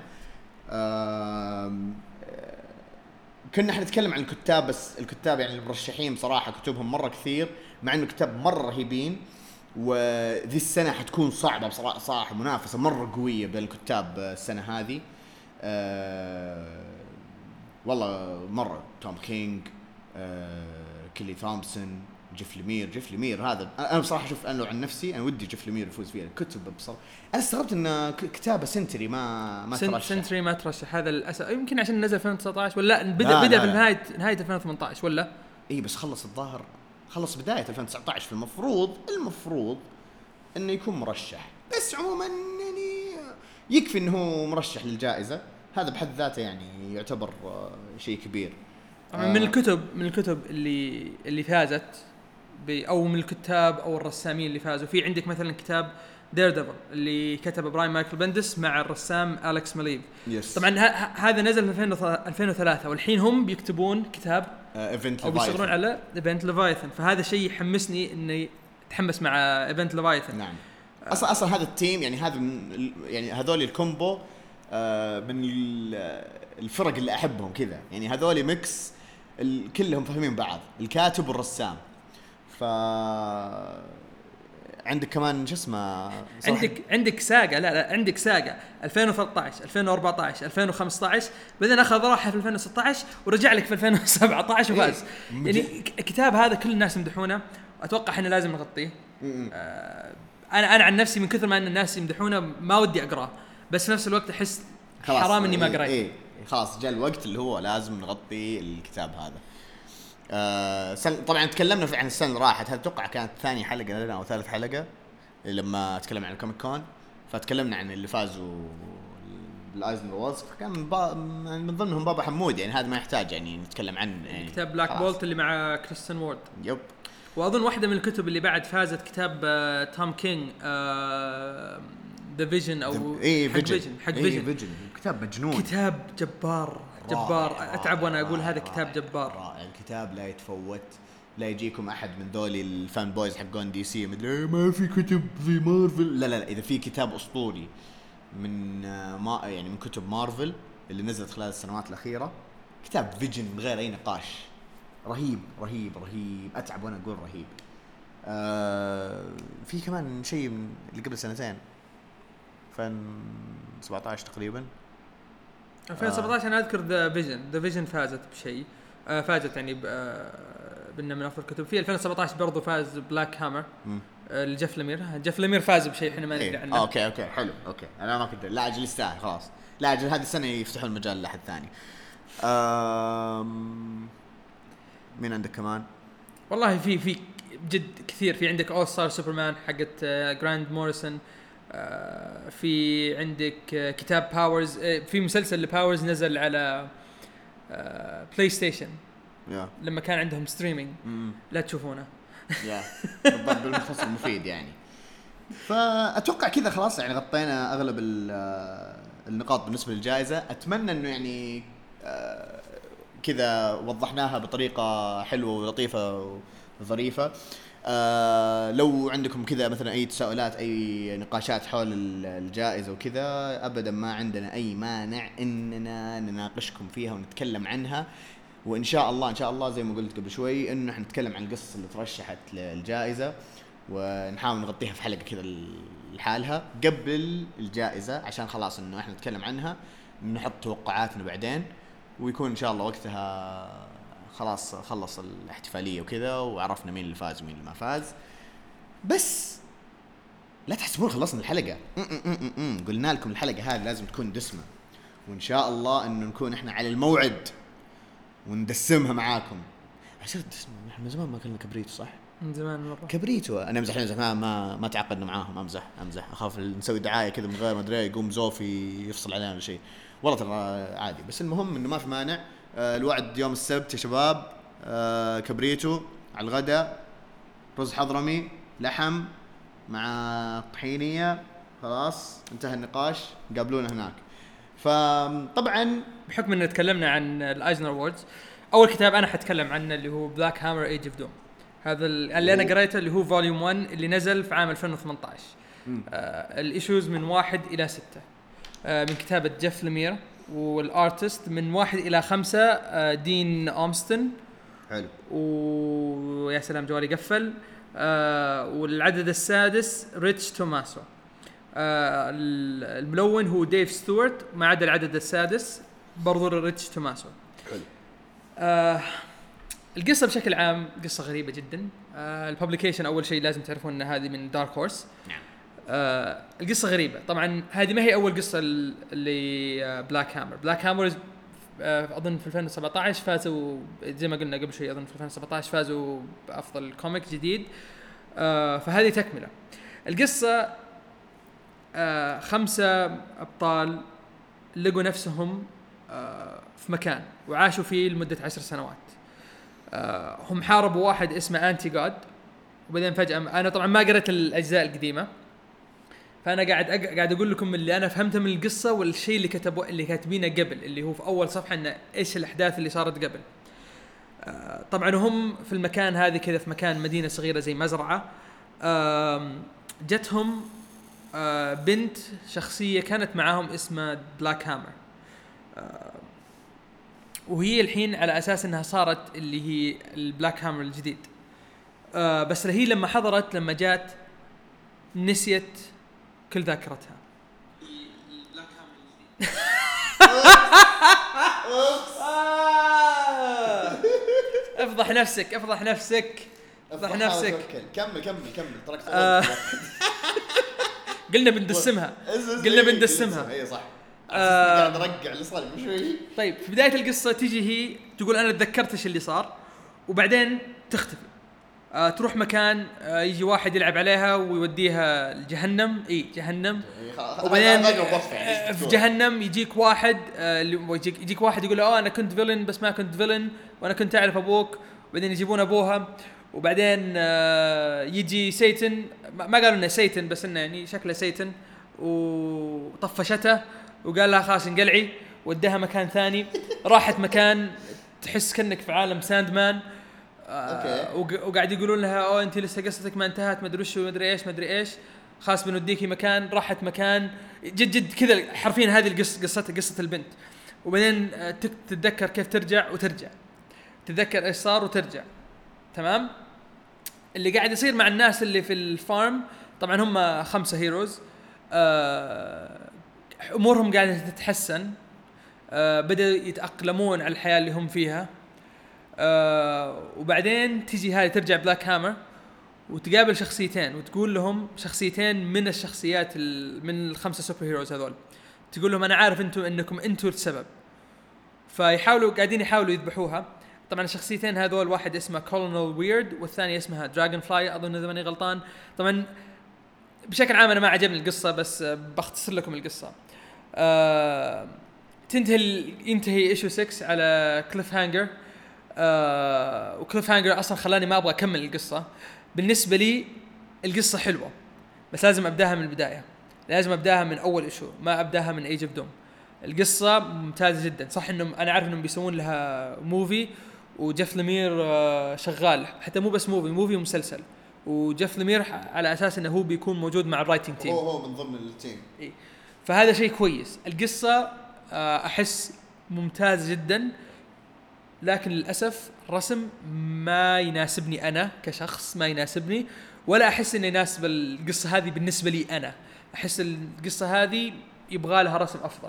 Speaker 2: كنا احنا نتكلم عن الكتاب، بس الكتاب يعني المرشحين بصراحه كتبهم مره كثير، مع انه كتاب مره رهيبين، وذي السنه حتكون صعبه بصراحه، صراحه منافسه مره قويه بين الكتاب السنه هذه. أه والله مرة توم كينج، آه، كيلي ثومسون، جيف ليمير. جيف ليمير هذا أنا بصراحة شوف، أنا لو عن نفسي أنا ودي جيف ليمير يفوز فيها. كتب بصراحة أنا استغربت إن كتابة سنتري ما ما ترشح.
Speaker 1: سنتري ما ترشح هذا الأسف، يمكن عشان نزل ألفين وتسعة عشر ولا بدأ بدأ في نهاية نهاية ألفين وثمانية عشر ولا
Speaker 2: إيه، بس خلص الظاهر خلص بداية ألفين وتسعة عشر، في المفروض المفروض إنه يكون مرشح. بس عموما يعني يكفي إنه هو مرشح للجائزة، هذا بحد ذاته يعني يعتبر شيء كبير.
Speaker 1: آه من الكتب من الكتب اللي اللي فازت او من الكتاب او الرسامين اللي فازوا في، عندك مثلا كتاب دير ديفل اللي كتبه براين مايكل بندس مع الرسام أليكس ماليف.
Speaker 2: yes.
Speaker 1: طبعا هذا نزل في ألفين وثلاثة، والحين هم بيكتبون كتاب
Speaker 2: uh,
Speaker 1: او بيشتغلون على ايفنت ليفايثن، فهذا شيء يحمسني اني اتحمس مع ايفنت ليفايثن.
Speaker 2: نعم. اصلا اصلا هذا التيم يعني هذا يعني هذول الكومبو من الفرق اللي احبهم كذا، يعني هذول ميكس كلهم فاهمين بعض، الكاتب والرسام. ف عندك كمان شو اسمه،
Speaker 1: عندك عندك ساقة لا لا عندك ساقة ألفين وثلاثة عشر ألفين وأربعة عشر ألفين وخمسة عشر، بعدين اخذ راحه في ألفين وستة عشر ورجع لك في ألفين وسبعة عشر وفاز. إيه؟ يعني الكتاب هذا كل الناس يمدحونه، اتوقع احنا لازم نغطيه. آه انا انا عن نفسي من كثر ما ان الناس يمدحونه ما ودي اقراه، بس في نفس الوقت احس حرام اني ما قريت.
Speaker 2: إيه خلاص جاء الوقت اللي هو لازم نغطي الكتاب هذا. آه طبعا تكلمنا في عن السنه اللي راحت، هتوقع كانت ثاني حلقه لنا او ثالث حلقه لما تكلمنا عن الكوميك كون، فتكلمنا عن اللي فازوا بالايزنر وولز، فكان من, با... من ضمنهم بابا حمود، يعني هذا ما يحتاج يعني نتكلم عنه. يعني
Speaker 1: كتاب بلاك بولت اللي مع كريستيان وورد.
Speaker 2: يب.
Speaker 1: واظن واحده من الكتب اللي بعد فازت كتاب آه توم كينج ذا فيجن او
Speaker 2: ايه
Speaker 1: حق فيجن حق فيجن
Speaker 2: فيجن كتاب مجنون،
Speaker 1: كتاب جبار جبار رائع اتعب وانا اقول هذا كتاب جبار
Speaker 2: رائع. الكتاب لا يتفوت، لا يجيكم احد من ذولي الفان بويز حقون دي سي مدري ما في كتب في مارفل، لا لا لا، اذا في كتاب اسطوري من ما يعني من كتب مارفل اللي نزلت خلال السنوات الاخيره كتاب فيجن من غير اي نقاش. رهيب رهيب رهيب، اتعب وانا اقول رهيب. آه في كمان شيء من اللي قبل سنتين ألفين وسبعة عشر تقريبا
Speaker 1: ألفين وسبعة عشر. آه. انا اذكر ذا فيجن ذا فيجن فازت بشيء، آه فازت يعني آه بأنه من افضل الكتب. في ألفين وسبعة عشر برضو فاز بلاك هامر آه الجيف ليمير. جيف ليمير فاز بشيء احنا ما ندري عنه.
Speaker 2: اوكي اوكي حلو اوكي انا ما كنت لا اجل يستاهل خلاص، لا اجل هذه السنه يفتحون المجال لاحد ثاني. آم مين عندك كمان؟
Speaker 1: والله في في جد كثير. في عندك أول ستار سوبرمان حقت جراند موريسون، في عندك كتاب باورز، في مسلسل لباورز نزل على بلاي ستيشن لما كان عندهم ستريمينج، لا تشوفونه
Speaker 2: يا بالضبط بالمختصر المفيد يعني. فأتوقع كذا خلاص يعني غطينا أغلب النقاط بالنسبة للجائزة. أتمنى إنه يعني كذا وضحناها بطريقة حلوة ولطيفة وظريفة. آه لو عندكم كذا مثلا أي تساؤلات أي نقاشات حول الجائزة وكذا أبدا ما عندنا أي مانع إننا نناقشكم فيها ونتكلم عنها، وإن شاء الله إن شاء الله زي ما قلت قبل شوي إنه إحنا نتكلم عن القصص اللي ترشحت للجائزة ونحاول نغطيها في حلقة كذا لحالها قبل الجائزة، عشان خلاص إنه إحنا نتكلم عنها نحط توقعاتنا بعدين، ويكون إن شاء الله وقتها خلاص خلص الاحتفالية وكذا وعرفنا مين اللي فاز ومين اللي ما فاز. بس لا تحسبون خلصنا الحلقة، م -م -م -م. قلنا لكم الحلقة هذه لازم تكون دسمة، وإن شاء الله إنه نكون إحنا على الموعد وندسمها معاكم. عشان دسمة، إحنا زمان ما كلنا كبريت صح؟
Speaker 1: من زمان مرة.
Speaker 2: كبريتو انا امزح امزح ما ما, ما تعاقدنا معاهم امزح امزح اخاف نسوي دعايه كذا من غير ما ادري يقوم زوفي يفصل علينا ولا شيء والله ترى عادي بس المهم انه ما في مانع. آه الوعد يوم السبت يا شباب. آه كبريتو على الغداء رز حضرمي لحم مع طحينيه خلاص انتهى النقاش قابلونا هناك. فطبعا
Speaker 1: بحكم ان تكلمنا عن الايزنر ووردز اول كتاب انا حتكلم عنه اللي هو بلاك هامر ايج اوف دوم. هذا اللي انا قريته اللي هو فوليوم واحد اللي نزل في عام ألفين وثمانية عشر. آه الايشوز من واحد الى ستة آه من كتابة جيف ليمير والارتست من واحد الى خمسة آه دين أومستن.
Speaker 2: حلو.
Speaker 1: ويا سلام جوالي قفل. آه والعدد السادس ريتش توماسو. آه الملون هو ديف ستوارت ما عدا العدد السادس برضو ريتش توماسو.
Speaker 2: حلو.
Speaker 1: آه القصة بشكل عام قصة غريبة جدا. آه الببليكيشن أول شيء لازم تعرفون أن هذه من دارك هورس.
Speaker 2: نعم.
Speaker 1: آه القصة غريبة طبعا هذه ما هي أول قصة اللي آه بلاك هامر. بلاك هامر آه أظن في ألفين وسبعة عشر فازوا زي ما قلنا قبل شوي أظن في ألفين وسبعة عشر فازوا بأفضل كوميك جديد. آه فهذه تكملة القصة. آه خمسة أبطال لقوا نفسهم آه في مكان وعاشوا فيه لمدة عشر سنوات. آه هم حاربوا واحد اسمه أنتي جاد وبعدين فجأة أنا طبعا ما قرأت الأجزاء القديمة فأنا قاعد أق... قاعد أقول لكم اللي أنا فهمته من القصة والشيء اللي كتبوا اللي كاتبينه قبل اللي هو في أول صفحة إنه إيش الأحداث اللي صارت قبل. آه طبعا هم في المكان هذه كذا في مكان مدينة صغيرة زي مزرعة. آه جتهم آه بنت شخصية كانت معاهم اسمها بلاك هامر. آه وهي الحين على أساس أنها صارت اللي هي البلاك هامر الجديد. آه بس هي لما حضرت لما جات نسيت كل ذاكرتها. البلاك هامر الجديد. افضح نفسك افضح نفسك افضح نفسك.
Speaker 2: كمل كمل كمل تركت.
Speaker 1: آه قلنا بندسمها قلنا بندسمها.
Speaker 2: هي صح. قاعد ارجع اللي صار شوي.
Speaker 1: طيب في بدايه القصه تيجي هي تقول انا تذكرت ايش اللي صار وبعدين تختفي. آه تروح مكان آه يجي واحد يلعب عليها ويوديها لجهنم. اي جهنم. وبعدين آه في جهنم يجيك واحد آه يجيك, يجيك واحد يقول له اه انا كنت فيلن بس ما كنت فيلن وانا كنت اعرف ابوك. وبعدين يجيبون ابوها وبعدين آه يجي سيتن ما قالوا انه سيتن بس انه يعني شكله سيتن وطفشته وقال لها خلاص انقلعي ودها مكان ثاني. راحت مكان تحس كأنك في عالم ساندمان. آه وقاعد يقولون لها اوه انت لسه قصتك ما انتهت ما ادري وش ما ادري ايش ما ادري ايش خلاص بنوديكي مكان. راحت مكان جد جد كذا حرفيا هذه القصه قصه قصه البنت. وبعدين آه تتذكر كيف ترجع وترجع تتذكر ايش صار وترجع. تمام. اللي قاعد يصير مع الناس اللي في الفارم طبعا هم خمسة هيروز. آه امورهم قاعده تتحسن. آه بدأ يتأقلمون على الحياة اللي هم فيها. آه وبعدين تيجي هاي ترجع بلاك هامر وتقابل شخصيتين وتقول لهم شخصيتين من الشخصيات من الخمسة سوبر هيروز هذول تقول لهم أنا عارف أنتم أنكم أنتم السبب. فيحاولوا قاعدين يحاولوا يذبحوها. طبعا الشخصيتين هذول واحد اسمه كولونيل ويرد والثاني اسمها دراجون فلاي أظن إذا ماني غلطان. طبعا بشكل عام أنا ما عجبني القصة بس بختصر لكم القصة. آه تنتهي ينتهي إيشو ستة على كليف هانجر. آه وكليف هانجر أصلا خلاني ما أبغى أكمل القصة. بالنسبة لي القصة حلوة بس لازم أبداها من البداية. لازم أبداها من أول إيشو ما أبداها من ايج اوف دوم. القصة ممتازة جدا. صح إنهم أنا عارف إنهم بيسوون لها موفي وجيف ليمير آه شغال حتى مو بس موفي موفي ومسلسل وجيف ليمير على أساس إنه هو بيكون موجود مع الرايتنج تيم.
Speaker 2: هو هو من ضمن التيم.
Speaker 1: إيه. فهذا شيء كويس. القصة آه أحس ممتاز جدا لكن للأسف رسم ما يناسبني أنا كشخص ما يناسبني ولا أحس إنه يناسب القصة هذه بالنسبة لي أنا. أحس القصة هذه يبغى لها رسم أفضل.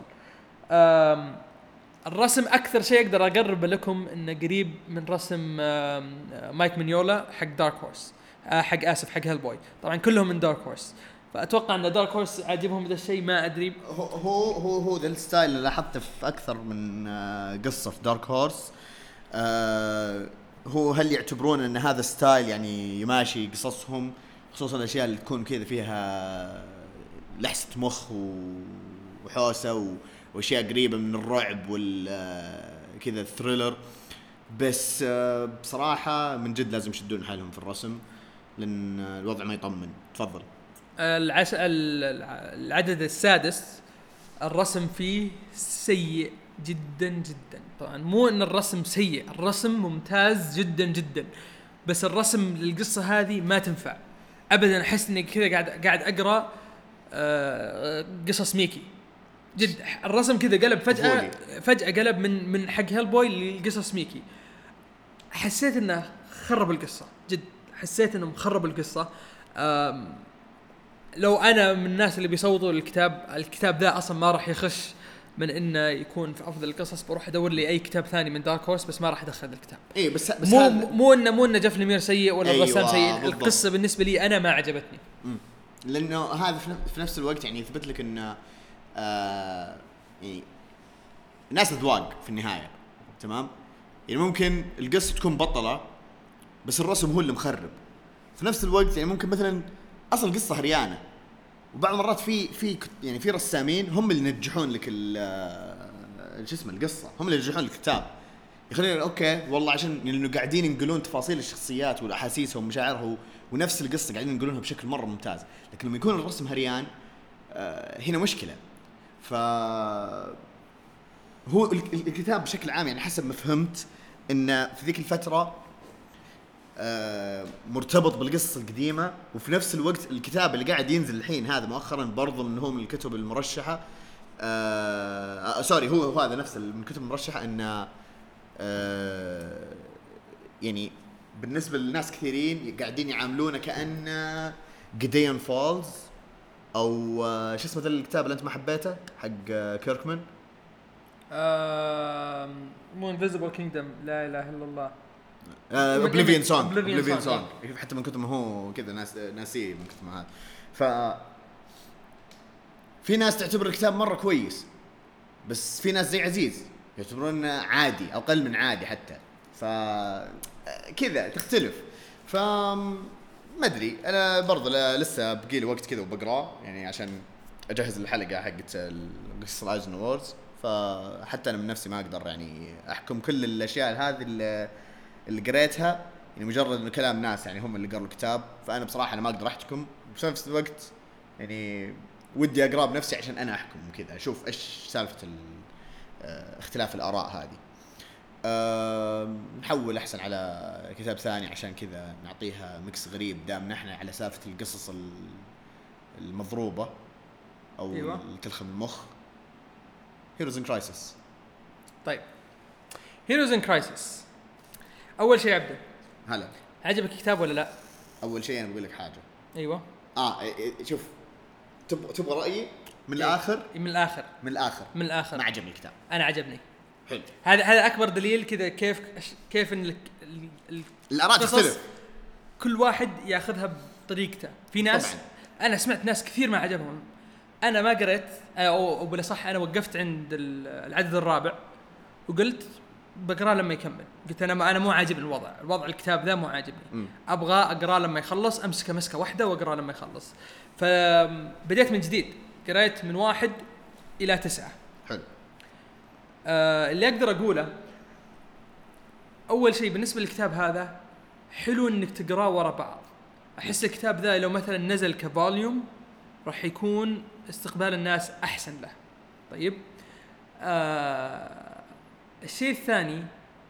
Speaker 1: الرسم أكثر شيء أقدر أقرب لكم إنه قريب من رسم مايك مينيولا حق دارك هورس حق آسف حق هيلبوي. طبعا كلهم من دارك هورس فأتوقع أن دارك هورس عاجبهم هذا الشيء ما أدري.
Speaker 2: هو هو هو ذا الستايل اللي لاحظته في أكثر من قصة في دارك هورس. آه هو هل يعتبرون ان هذا ستايل يعني يماشي قصصهم، خصوصا الاشياء اللي تكون كذا فيها لحسة مخ وحوسه واشياء قريبه من الرعب والكذا الثريلر. بس بصراحه من جد لازم يشدون حالهم في الرسم لان الوضع ما يطمن. تفضل.
Speaker 1: العش... العدد السادس الرسم فيه سيء جدا جدا. طبعا مو ان الرسم سيء، الرسم ممتاز جدا جدا، بس الرسم للقصه هذه ما تنفع ابدا. احس اني كذا قاعد قاعد اقرا آه قصص ميكي. جد الرسم كذا قلب فجاه فجاه قلب من من حق هيلبوي لقصص ميكي. حسيت انه خرب القصه، جد حسيت انه مخرب القصه. لو انا من الناس اللي بيصوتوا الكتاب الكتاب ذا اصلا ما راح يخش من انه يكون في افضل القصص، بروح ادور لي اي كتاب ثاني من دارك هورس، بس ما راح ادخل الكتاب.
Speaker 2: اي بس بس
Speaker 1: مو مو انه مو انه جيف ليمير سيء ولا
Speaker 2: أيوة
Speaker 1: الرسام سيء،
Speaker 2: بالضبط.
Speaker 1: القصه بالنسبه لي انا ما عجبتني.
Speaker 2: امم لانه هذا في نفس الوقت يعني يثبت لك ان آه يعني الناس اذواق في النهايه. تمام، يعني ممكن القصه تكون بطله بس الرسم هو اللي مخرب في نفس الوقت. يعني ممكن مثلا اصل القصه هريانه، وبعض المرات في في يعني في رسامين هم اللي ينجحون لك شو اسمه القصه، هم اللي ينجحون الكتاب، يخلينا اوكي والله عشان لانه قاعدين ينقلون تفاصيل الشخصيات والاحاسيس ومشاعرها ونفس القصه قاعدين ينقلونها بشكل مره ممتاز. لكن لما يكون الرسم هريان آه هنا مشكله. ف هو الكتاب بشكل عام يعني حسب ما فهمت ان في ذيك الفتره آه مرتبط بالقصة القديمة، وفي نفس الوقت الكتاب اللي قاعد ينزل الحين هذا مؤخرا برضه من هو من الكتب المرشحة. آه آه سوري هو, هو هذا نفس من الكتب المرشحة. ان آه يعني بالنسبة للناس كثيرين قاعدين يعاملونه كأن جديان فولز او آه شو اسمه ذا الكتاب اللي انت ما حبيته حق آه كيركمان.
Speaker 1: آه مو انفيزبل كينجدم. لا اله الا الله.
Speaker 2: اوبليفيون سونج. اوبليفيون سونج حتى من كتب ما هو كذا ناس ناسيه من كتب ما هذا. ف في ناس تعتبر الكتاب مره كويس، بس في ناس زي عزيز يعتبرونه عادي او اقل من عادي حتى. ف كذا تختلف. ف ما ادري انا برضه لسه بقي لي وقت كذا وبقرا يعني عشان اجهز الحلقه حقت قصه الايزن ووردز. فحتى انا من نفسي ما اقدر يعني احكم كل الاشياء هذه اللي اللي قريتها، يعني مجرد انه كلام ناس يعني هم اللي قروا الكتاب. فانا بصراحه انا ما اقدر احكم، بس نفس الوقت يعني ودي اقرا بنفسي عشان انا احكم كذا اشوف ايش سالفه اختلاف الاراء هذه. أه نحول احسن على كتاب ثاني عشان كذا نعطيها ميكس غريب دام نحن على سالفه القصص المضروبه او أيوة. تلخم المخ. هيروز ان كرايسيس.
Speaker 1: طيب هيروز ان كرايسيس اول شيء ابدا
Speaker 2: هلا
Speaker 1: عجبك الكتاب ولا لا؟
Speaker 2: اول شيء انا بقول لك حاجه.
Speaker 1: ايوه
Speaker 2: اه شوف تبغى تبغى رايي من الاخر
Speaker 1: من الاخر
Speaker 2: من الاخر
Speaker 1: من الاخر
Speaker 2: ما عجبني الكتاب.
Speaker 1: انا عجبني.
Speaker 2: حلو.
Speaker 1: هذا هذا اكبر دليل كذا كيف كيف ان
Speaker 2: الاراء تختلف،
Speaker 1: كل واحد ياخذها بطريقته. في ناس طبعاً. انا سمعت ناس كثير ما عجبهم. انا ما قريت او بلا صح انا وقفت عند العدد الرابع وقلت بقرا لما يكمل. قلت انا ما انا مو عاجبني الوضع الوضع الكتاب ذا مو عاجبني. م. ابغى اقرا لما يخلص، امسكه مسكه واحده واقرا لما يخلص. فبديت من جديد، قريت من واحد الى تسعة.
Speaker 2: حلو.
Speaker 1: آه اللي اقدر اقوله اول شيء بالنسبه للكتاب هذا حلو انك تقراه ورا بعض. احس الكتاب ذا لو مثلا نزل كفوليوم راح يكون استقبال الناس احسن له. طيب آه الشيء الثاني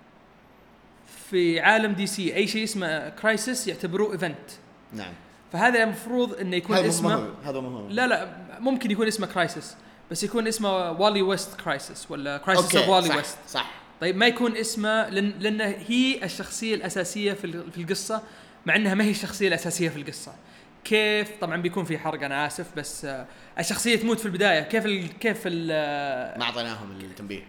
Speaker 1: في عالم دي سي اي شيء اسمه كرايسيس يعتبروه ايفنت.
Speaker 2: نعم.
Speaker 1: فهذا المفروض انه يكون اسمه
Speaker 2: هذا مهم.
Speaker 1: لا لا ممكن يكون اسمه كرايسيس بس يكون اسمه والي ويست كرايسيس ولا كرايسيس اوف والي ويست.
Speaker 2: صح.
Speaker 1: طيب ما يكون اسمه لأن لانه هي الشخصيه الاساسيه في في القصه مع انها ما هي الشخصيه الاساسيه في القصه. كيف طبعا بيكون في حرق انا اسف بس آه الشخصيه تموت في البدايه. كيف ال كيف ال آه
Speaker 2: ما اعطيناهم التنبيه.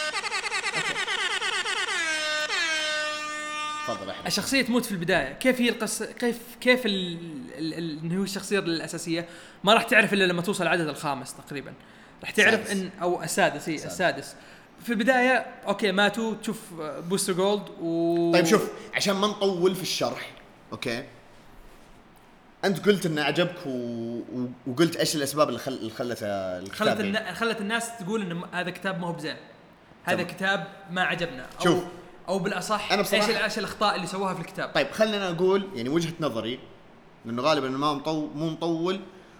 Speaker 2: تفضل احمد.
Speaker 1: الشخصيه تموت في البدايه. كيف هي القصه كيف كيف انه هو الشخصيه الاساسيه ما راح تعرف الا لما توصل العدد الخامس تقريبا راح تعرف. سادس. ان او السادس. هي السادس. في البدايه اوكي ماتوا تشوف بوستر جولد و
Speaker 2: طيب شوف عشان ما نطول في الشرح اوكي انت قلت انه عجبك و... و... وقلت ايش الاسباب اللي خل... خلت الكتاب
Speaker 1: خلت النا... خلت الناس تقول ان هذا كتاب ما هو بزين هذا كتاب ما عجبنا او
Speaker 2: شوف.
Speaker 1: او بالاصح
Speaker 2: ايش
Speaker 1: ايش الاخطاء اللي سووها في الكتاب.
Speaker 2: طيب خلينا اقول يعني وجهة نظري لانه غالبا ما مطول مو مطول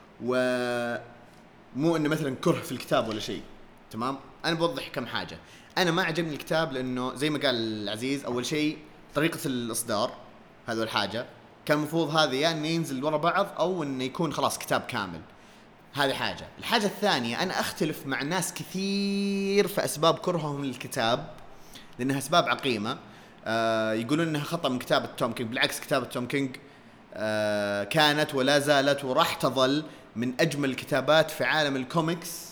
Speaker 2: ومو انه مثلا كره في الكتاب ولا شيء تمام. انا بوضح كم حاجه. انا ما عجبني الكتاب لانه زي ما قال العزيز اول شيء طريقه الاصدار هذا الحاجه كان المفروض هذا يعني انه ينزل ورا بعض او انه يكون خلاص كتاب كامل. هذه حاجه. الحاجه الثانيه انا اختلف مع ناس كثير في اسباب كرههم للكتاب لانها اسباب عقيمه. آه يقولون انها خطأ من كتابه توم كينج. بالعكس كتابه توم كينج آه كانت ولا زالت وراح تظل من اجمل الكتابات في عالم الكوميكس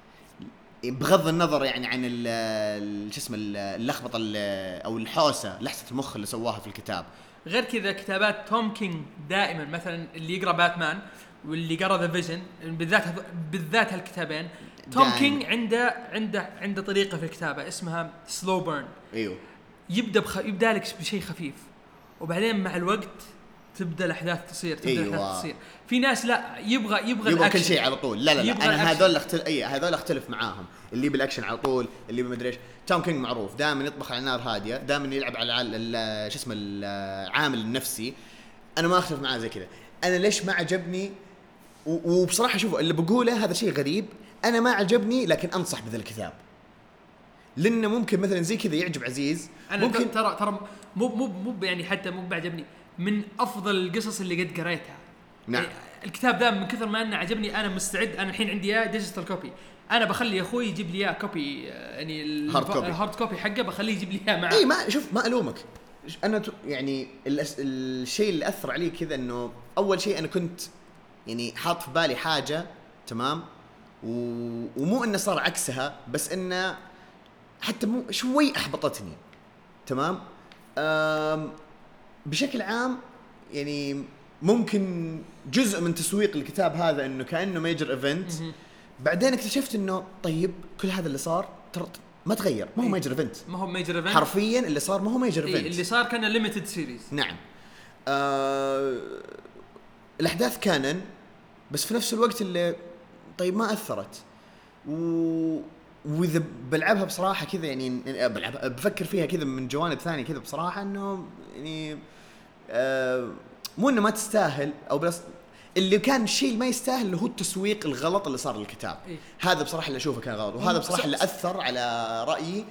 Speaker 2: بغض النظر يعني عن ال شو اسمه اللخبطه او الحوسه لحسه المخ اللي سواها في الكتاب.
Speaker 1: غير كذا كتابات توم كينج دائما مثلا اللي يقرا باتمان واللي قرا ذا فيجن بالذات بالذات هالكتابين توم دائما. كينج عنده عنده عنده طريقه في الكتابه اسمها سلو بيرن.
Speaker 2: ايوه
Speaker 1: يبدا بخ... يبدا لك بشيء خفيف وبعدين مع الوقت تبدا الاحداث تصير تبدا
Speaker 2: أيوة.
Speaker 1: الاحداث تصير. في ناس لا يبغى يبغى,
Speaker 2: يبغى كل شيء على طول. لا لا, لا. انا هذول اختل... اي هذول اختلف معاهم اللي بالاكشن على طول اللي بمدري ايش. توم كينج معروف دائما يطبخ على نار هاديه دائما يلعب على شو اسمه العامل النفسي. انا ما اختلف معاه زي كذا. انا ليش ما عجبني و... وبصراحه شوفوا اللي بقوله هذا شيء غريب. انا ما عجبني لكن انصح بذا الكتاب لانه ممكن مثلا زي كذا يعجب عزيز.
Speaker 1: أنا
Speaker 2: ممكن
Speaker 1: ترى ترى مو مو مو يعني حتى مو بعجبني من افضل القصص اللي قد قريتها.
Speaker 2: نعم.
Speaker 1: يعني الكتاب ذا من كثر ما انه عجبني انا مستعد. انا الحين عندي اياه ديجيتال كوبي. انا بخلي اخوي يجيب لي اياه كوبي يعني
Speaker 2: الهارد كوبي.
Speaker 1: الهارد كوبي حقه بخليه يجيب لي اياه معه.
Speaker 2: اي ما شوف ما الومك. انا ت... يعني الأس... الشيء اللي اثر علي كذا انه اول شيء انا كنت يعني حاط في بالي حاجه تمام و... ومو انه صار عكسها بس انه حتى مو شوي احبطتني تمام. أم... بشكل عام يعني ممكن جزء من تسويق الكتاب هذا انه كانه ميجر ايفنت. بعدين اكتشفت انه طيب كل هذا اللي صار ترى ما تغير ما هو ميجر ايفنت.
Speaker 1: ما هو ميجر ايفنت
Speaker 2: حرفيا اللي صار ما هو ميجر ايفنت.
Speaker 1: اللي صار كان ليميتد سيريز.
Speaker 2: نعم. آه... الاحداث كانن بس في نفس الوقت اللي طيب ما اثرت و واذا بلعبها بصراحه كذا يعني بلعبها بفكر فيها كذا من جوانب ثانيه كذا بصراحه انه يعني آه مو انه ما تستاهل او بس اللي كان الشيء اللي ما يستاهل اللي هو التسويق الغلط اللي صار للكتاب.
Speaker 1: إيه؟
Speaker 2: هذا بصراحه اللي اشوفه كان غلط وهذا بصراحه اللي اثر على رايي.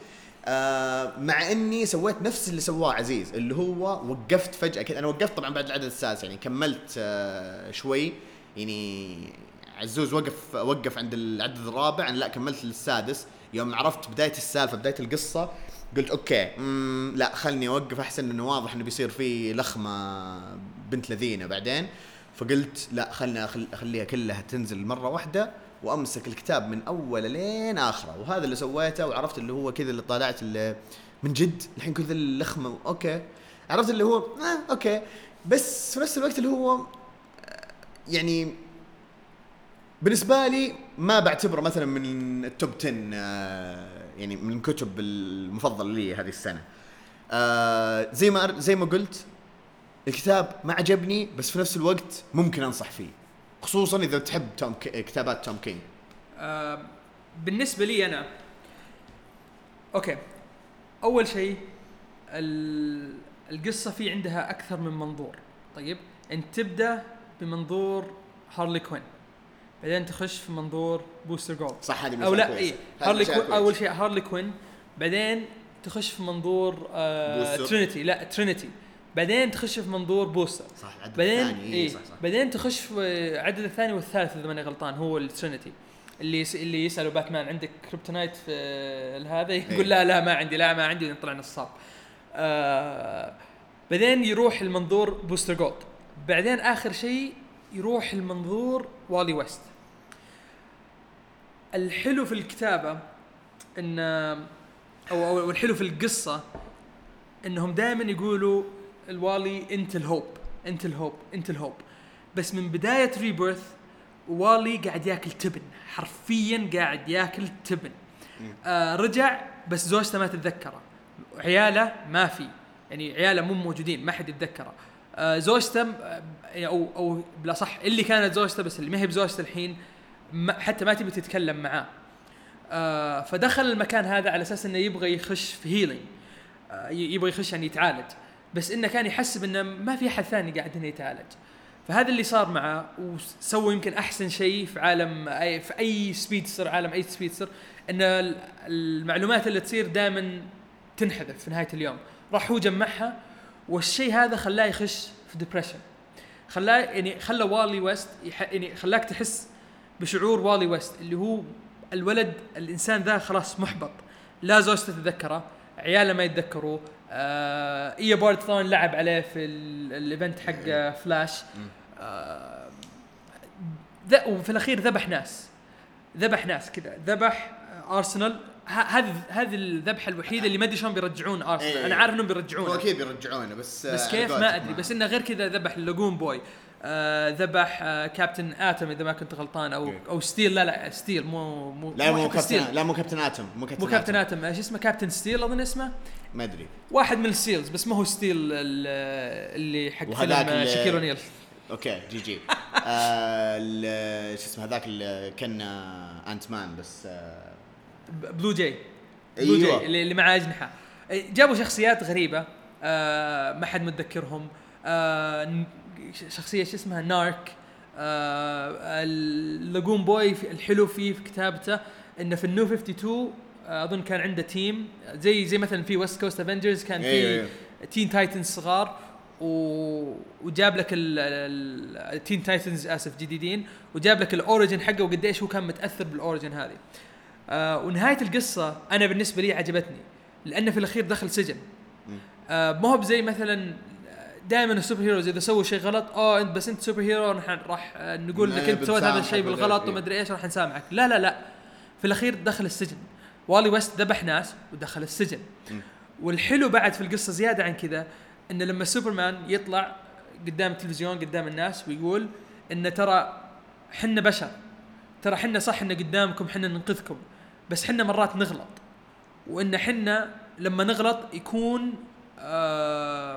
Speaker 2: آه مع اني سويت نفس اللي سواه عزيز اللي هو وقفت فجاه كذا. انا وقفت طبعا بعد العدد السادس يعني كملت آه شوي يعني عزوز وقف وقف عند العدد الرابع. انا لا كملت للسادس. يوم عرفت بدايه السالفه بدايه القصه قلت اوكي لا خلني اوقف احسن انه واضح انه بيصير في لخمه بنت لذينه بعدين. فقلت لا خلنا اخليها كلها تنزل مره واحده وامسك الكتاب من اول لين اخره. وهذا اللي سويته وعرفت اللي هو كذا اللي طالعت اللي من جد الحين كل ذا اللخمه اوكي عرفت اللي هو آه اوكي. بس في نفس الوقت اللي هو يعني بالنسبه لي ما بعتبره مثلا من التوب عشرة يعني من الكتب المفضله لي هذه السنه. زي ما زي ما قلت الكتاب ما عجبني بس في نفس الوقت ممكن انصح فيه خصوصا اذا تحب توم كتابات توم كينج.
Speaker 1: آه بالنسبه لي انا اوكي اول شيء القصه في عندها اكثر من منظور. طيب انت تبدا بمنظور هارلي كوين بعدين تخش في منظور بوستر جولد
Speaker 2: صح. هذه
Speaker 1: او لا اي هارلي كوين اول شيء هارلي كوين بعدين تخش في منظور آه ترينيتي لا ترينيتي بعدين تخش في منظور بوستر
Speaker 2: صح. عدد
Speaker 1: بعدين
Speaker 2: الثاني
Speaker 1: إيه
Speaker 2: صح صح.
Speaker 1: بعدين تخش في عدد الثاني والثالث اذا ماني غلطان هو الترينيتي اللي يس... اللي يسالوا باتمان عندك كريبتونايت في هذا يقول إيه؟ لا لا ما عندي لا ما عندي ونطلع نصاب. آه بعدين يروح المنظور بوستر جولد بعدين اخر شيء يروح المنظور والي ويست. الحلو في الكتابه ان او او الحلو في القصه انهم دائما يقولوا الوالي انت الهوب انت الهوب انت الهوب بس من بدايه ريبيرث والي قاعد ياكل تبن حرفيا قاعد ياكل تبن. آه رجع بس زوجته ما تتذكره، عياله ما في، يعني عياله مو موجودين ما حد يتذكره. آه زوجته او او بلا صح اللي كانت زوجته بس اللي ما هي بزوجته الحين ما حتى ما تبي تتكلم معاه. آه فدخل المكان هذا على اساس انه يبغى يخش في هيلينج، آه يبغى يخش يعني يتعالج، بس انه كان يحسب انه ما في احد ثاني قاعد هنا يتعالج. فهذا اللي صار معه، وسوى يمكن احسن شيء في عالم أي في اي سبيدستر، عالم اي سبيدستر، ان المعلومات اللي تصير دائما تنحذف في نهايه اليوم. راح هو جمعها، والشيء هذا خلاه يخش في ديبريشن، خلاه يعني خلى والي ويست يح... يعني خلاك تحس بشعور والي ويست اللي هو الولد الانسان ذا خلاص محبط، لا زوجته تتذكره، عياله ما يتذكروه. آه إيا بورد ثون لعب عليه في الايفنت حق فلاش، آه ذا وفي الاخير ذبح ناس ذبح ناس كذا ذبح ارسنال. هذه هذه الذبحه الوحيده اللي ما ادري شلون بيرجعون ارسنال.
Speaker 2: ايه
Speaker 1: انا عارف انهم بيرجعونه،
Speaker 2: هو اكيد بيرجعونه بس
Speaker 1: بس كيف ما ادري. بس انه غير كذا ذبح لاجون بوي، آه ذبح آه كابتن اتم اذا ما كنت غلطان، او او ستيل. لا لا ستيل مو مو
Speaker 2: لا مو كابتن لا مو كابتن اتم مو
Speaker 1: كابتن, مو كابتن اتم ايش اسمه؟ كابتن ستيل اظن اسمه،
Speaker 2: ما ادري،
Speaker 1: واحد من السيلز بس ما هو ستيل اللي حق فيلم شاكير اونيل.
Speaker 2: اوكي جي جي آه شو اسمه هذاك اللي كان انت مان بس آه
Speaker 1: بلو جاي بلو
Speaker 2: أيوة.
Speaker 1: جاي اللي مع أجنحة. جابوا شخصيات غريبة آه ما حد متذكرهم. آه شخصية شو اسمها نارك. آه اللاجون بوي الحلو فيه في كتابته إنه في النيو اثنين وخمسين أظن كان عنده تيم زي زي مثلا في ويست كوست افنجرز كان في تين تايتنز صغار، وجاب لك التين تايتنز اسف جديدين، وجاب لك الاوريجن حقه وقديش هو كان متاثر بالاوريجن هذه. آه ونهايه القصه انا بالنسبه لي عجبتني، لانه في الاخير دخل سجن. آه ما هو بزي مثلا دائما السوبر هيروز اذا سووا شيء غلط اه انت بس انت سوبر هيرو راح نقول لك انت سويت هذا الشيء بالغلط وما ادري ايش راح نسامحك. لا لا لا في الاخير دخل السجن. والي ويست ذبح ناس ودخل السجن. والحلو بعد في القصه زياده عن كذا ان لما سوبرمان يطلع قدام التلفزيون قدام الناس ويقول ان ترى حنا بشر، ترى حنا صح ان قدامكم حنا ننقذكم، بس حنا مرات نغلط، وان حنا لما نغلط يكون آه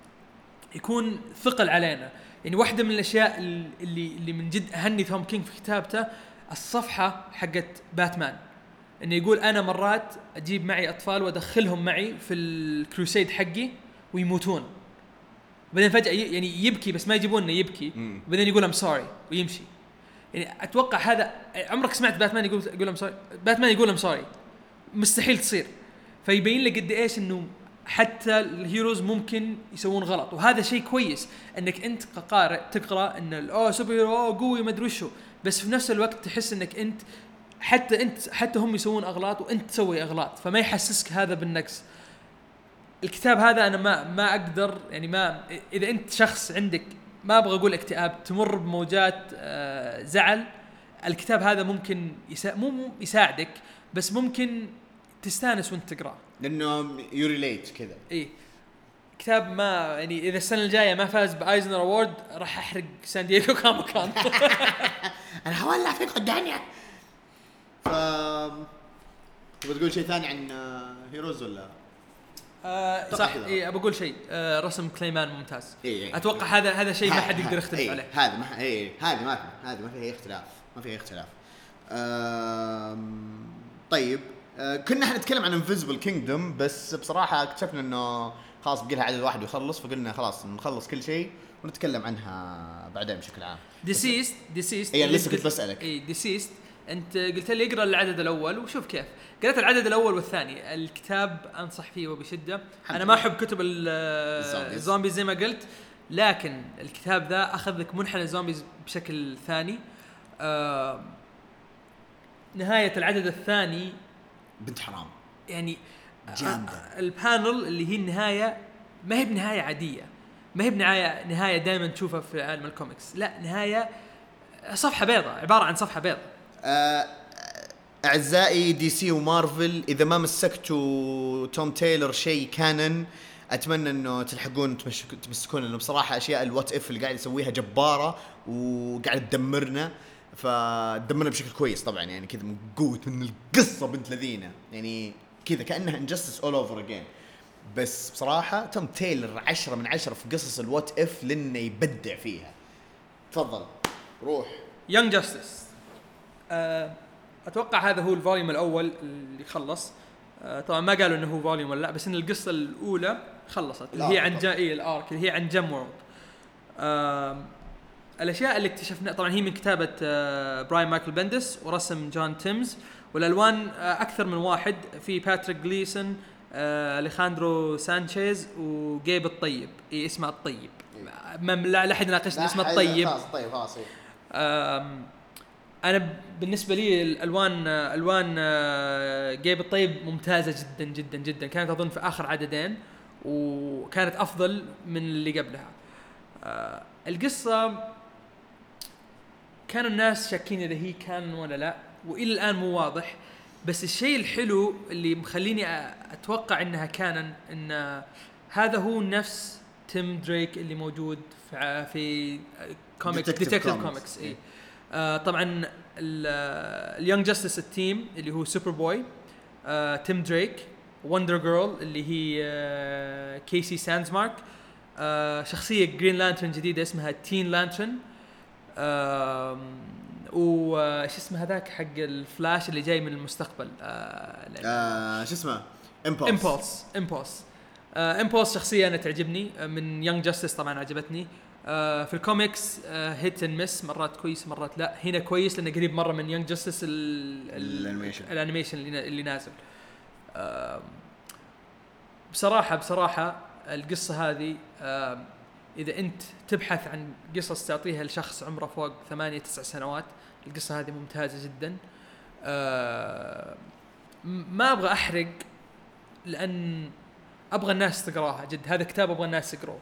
Speaker 1: يكون ثقل علينا. يعني واحدة من الاشياء اللي اللي من جد اهني توم كينج في كتابته الصفحة حقت باتمان، انه يقول انا مرات اجيب معي اطفال وادخلهم معي في الكروسيد حقي ويموتون، بعدين فجأة يعني يبكي بس ما يجيبونه يبكي، بعدين يقول ام سوري ويمشي. يعني اتوقع هذا عمرك سمعت باتمان يقول يقول ام سوري؟ باتمان يقول ام سوري مستحيل تصير. فيبين لك قد ايش انه حتى الهيروز ممكن يسوون غلط، وهذا شيء كويس انك انت كقارئ تقرا ان اوه سوبر هيرو قوي ما ادري وشو، بس في نفس الوقت تحس انك انت حتى انت حتى هم يسوون اغلاط وانت تسوي اغلاط، فما يحسسك هذا بالنقص. الكتاب هذا انا ما ما اقدر يعني ما اذا انت شخص عندك ما ابغى اقول اكتئاب تمر بموجات آه زعل، الكتاب هذا ممكن يسا مو مو يساعدك بس ممكن تستانس وانت تقراه
Speaker 2: لانه يوريليت كذا.
Speaker 1: ايه كتاب ما يعني اذا السنه الجايه ما فاز بايزنر اوورد راح احرق سان دييغو كوميكون.
Speaker 2: انا حولع فيك قدامي. ف بتقول شيء ثاني عن هيروز ولا
Speaker 1: آه صح؟ اي ابى اقول شيء. آه رسم كليمان ممتاز.
Speaker 2: إيه إيه
Speaker 1: اتوقع إيه هذا هذا شيء ما حد يقدر يختلف
Speaker 2: إيه
Speaker 1: عليه.
Speaker 2: هذا ما اي هذه ما هذه ما فيها اختلاف ما فيها اختلاف. طيب آه كنا حنتكلم عن انفيزبل كينجدوم بس بصراحه اكتشفنا انه خلاص بقي لها عدد واحد ويخلص، فقلنا خلاص نخلص كل شيء ونتكلم عنها بعدين بشكل عام.
Speaker 1: ديسيست ديسيست
Speaker 2: اي لسه كنت بسالك.
Speaker 1: اي ديسيست انت قلت لي اقرا العدد الاول وشوف كيف. قرأت العدد الاول والثاني. الكتاب انصح فيه وبشده. انا ما احب كتب الزومبيز زي ما قلت، لكن الكتاب ذا اخذ لك منحنى الزومبيز بشكل ثاني. آه نهايه العدد الثاني
Speaker 2: بنت حرام
Speaker 1: يعني
Speaker 2: جامده.
Speaker 1: البانل اللي هي النهايه ما هي بنهايه عاديه، ما هي بنهايه نهايه دائما تشوفها في عالم الكوميكس، لا نهايه صفحه بيضاء، عباره عن صفحه بيضاء.
Speaker 2: أعزائي دي سي ومارفل، إذا ما مسكتوا توم تايلر شيء كانن أتمنى أنه تلحقون تمسكون، لأنه بصراحة أشياء الوات إف اللي قاعد يسويها جبارة وقاعد تدمرنا. فدمرنا بشكل كويس طبعا يعني كذا من قوة من القصة بنت لذينة يعني كذا كأنها انجستس اول اوفر اجين. بس بصراحة توم تايلر عشرة من عشرة في قصص الوات اف لانه يبدع فيها. تفضل روح.
Speaker 1: يونج جاستس أه اتوقع هذا هو الفوليوم الاول اللي خلص. أه طبعا ما قالوا انه هو فوليوم ولا لا، بس ان القصة الاولى خلصت اللي هي عن جائي الارك اللي هي عن جم وورلد. أه الاشياء اللي اكتشفناها طبعا هي من كتابة أه براين مايكل بندس ورسم جون تيمز، والالوان أه اكثر من واحد، في باتريك جليسون، أه اليخاندرو سانشيز، وجيب الطيب. إيه اسمه الطيب، ما لا لا احد ناقشني اسمه الطيب.
Speaker 2: خلاص طيب خلاص.
Speaker 1: انا بالنسبه لي الالوان الوان جيب الطيب ممتازه جدا جدا جدا، كانت اظن في اخر عددين وكانت افضل من اللي قبلها. القصه كانوا الناس شاكين اذا هي كان ولا لا، والى الان مو واضح. بس الشيء الحلو اللي مخليني اتوقع انها كانن ان هذا هو نفس تيم دريك اللي موجود في في كوميك ديتكتيف كوميكس. اي آه طبعا اليونج جاستس التيم اللي هو سوبر بوي، آه تيم دريك، وندر جيرل اللي هي آه كيسي ساندزمارك، آه شخصيه جرين لانترن جديده اسمها تين لانترن، آه وش اسمه هذاك حق الفلاش اللي جاي من المستقبل، آه
Speaker 2: آه شو اسمه امبولس
Speaker 1: امبولس امبولس امبولس شخصيه انا تعجبني من يونج جاستس طبعا عجبتني. آه في الكوميكس هيت اند مس، مرات كويس مرات لا. هنا كويس لانه قريب مره من يونج جاستس الانيميشن الانيميشن اللي, اللي نازل. آه بصراحه بصراحه القصه هذه آه اذا انت تبحث عن قصص تعطيها لشخص عمره فوق ثمانية تسع سنوات، القصه هذه ممتازه جدا. آه ما ابغى احرق لان ابغى الناس تقراها جد. هذا كتاب ابغى الناس يقروه.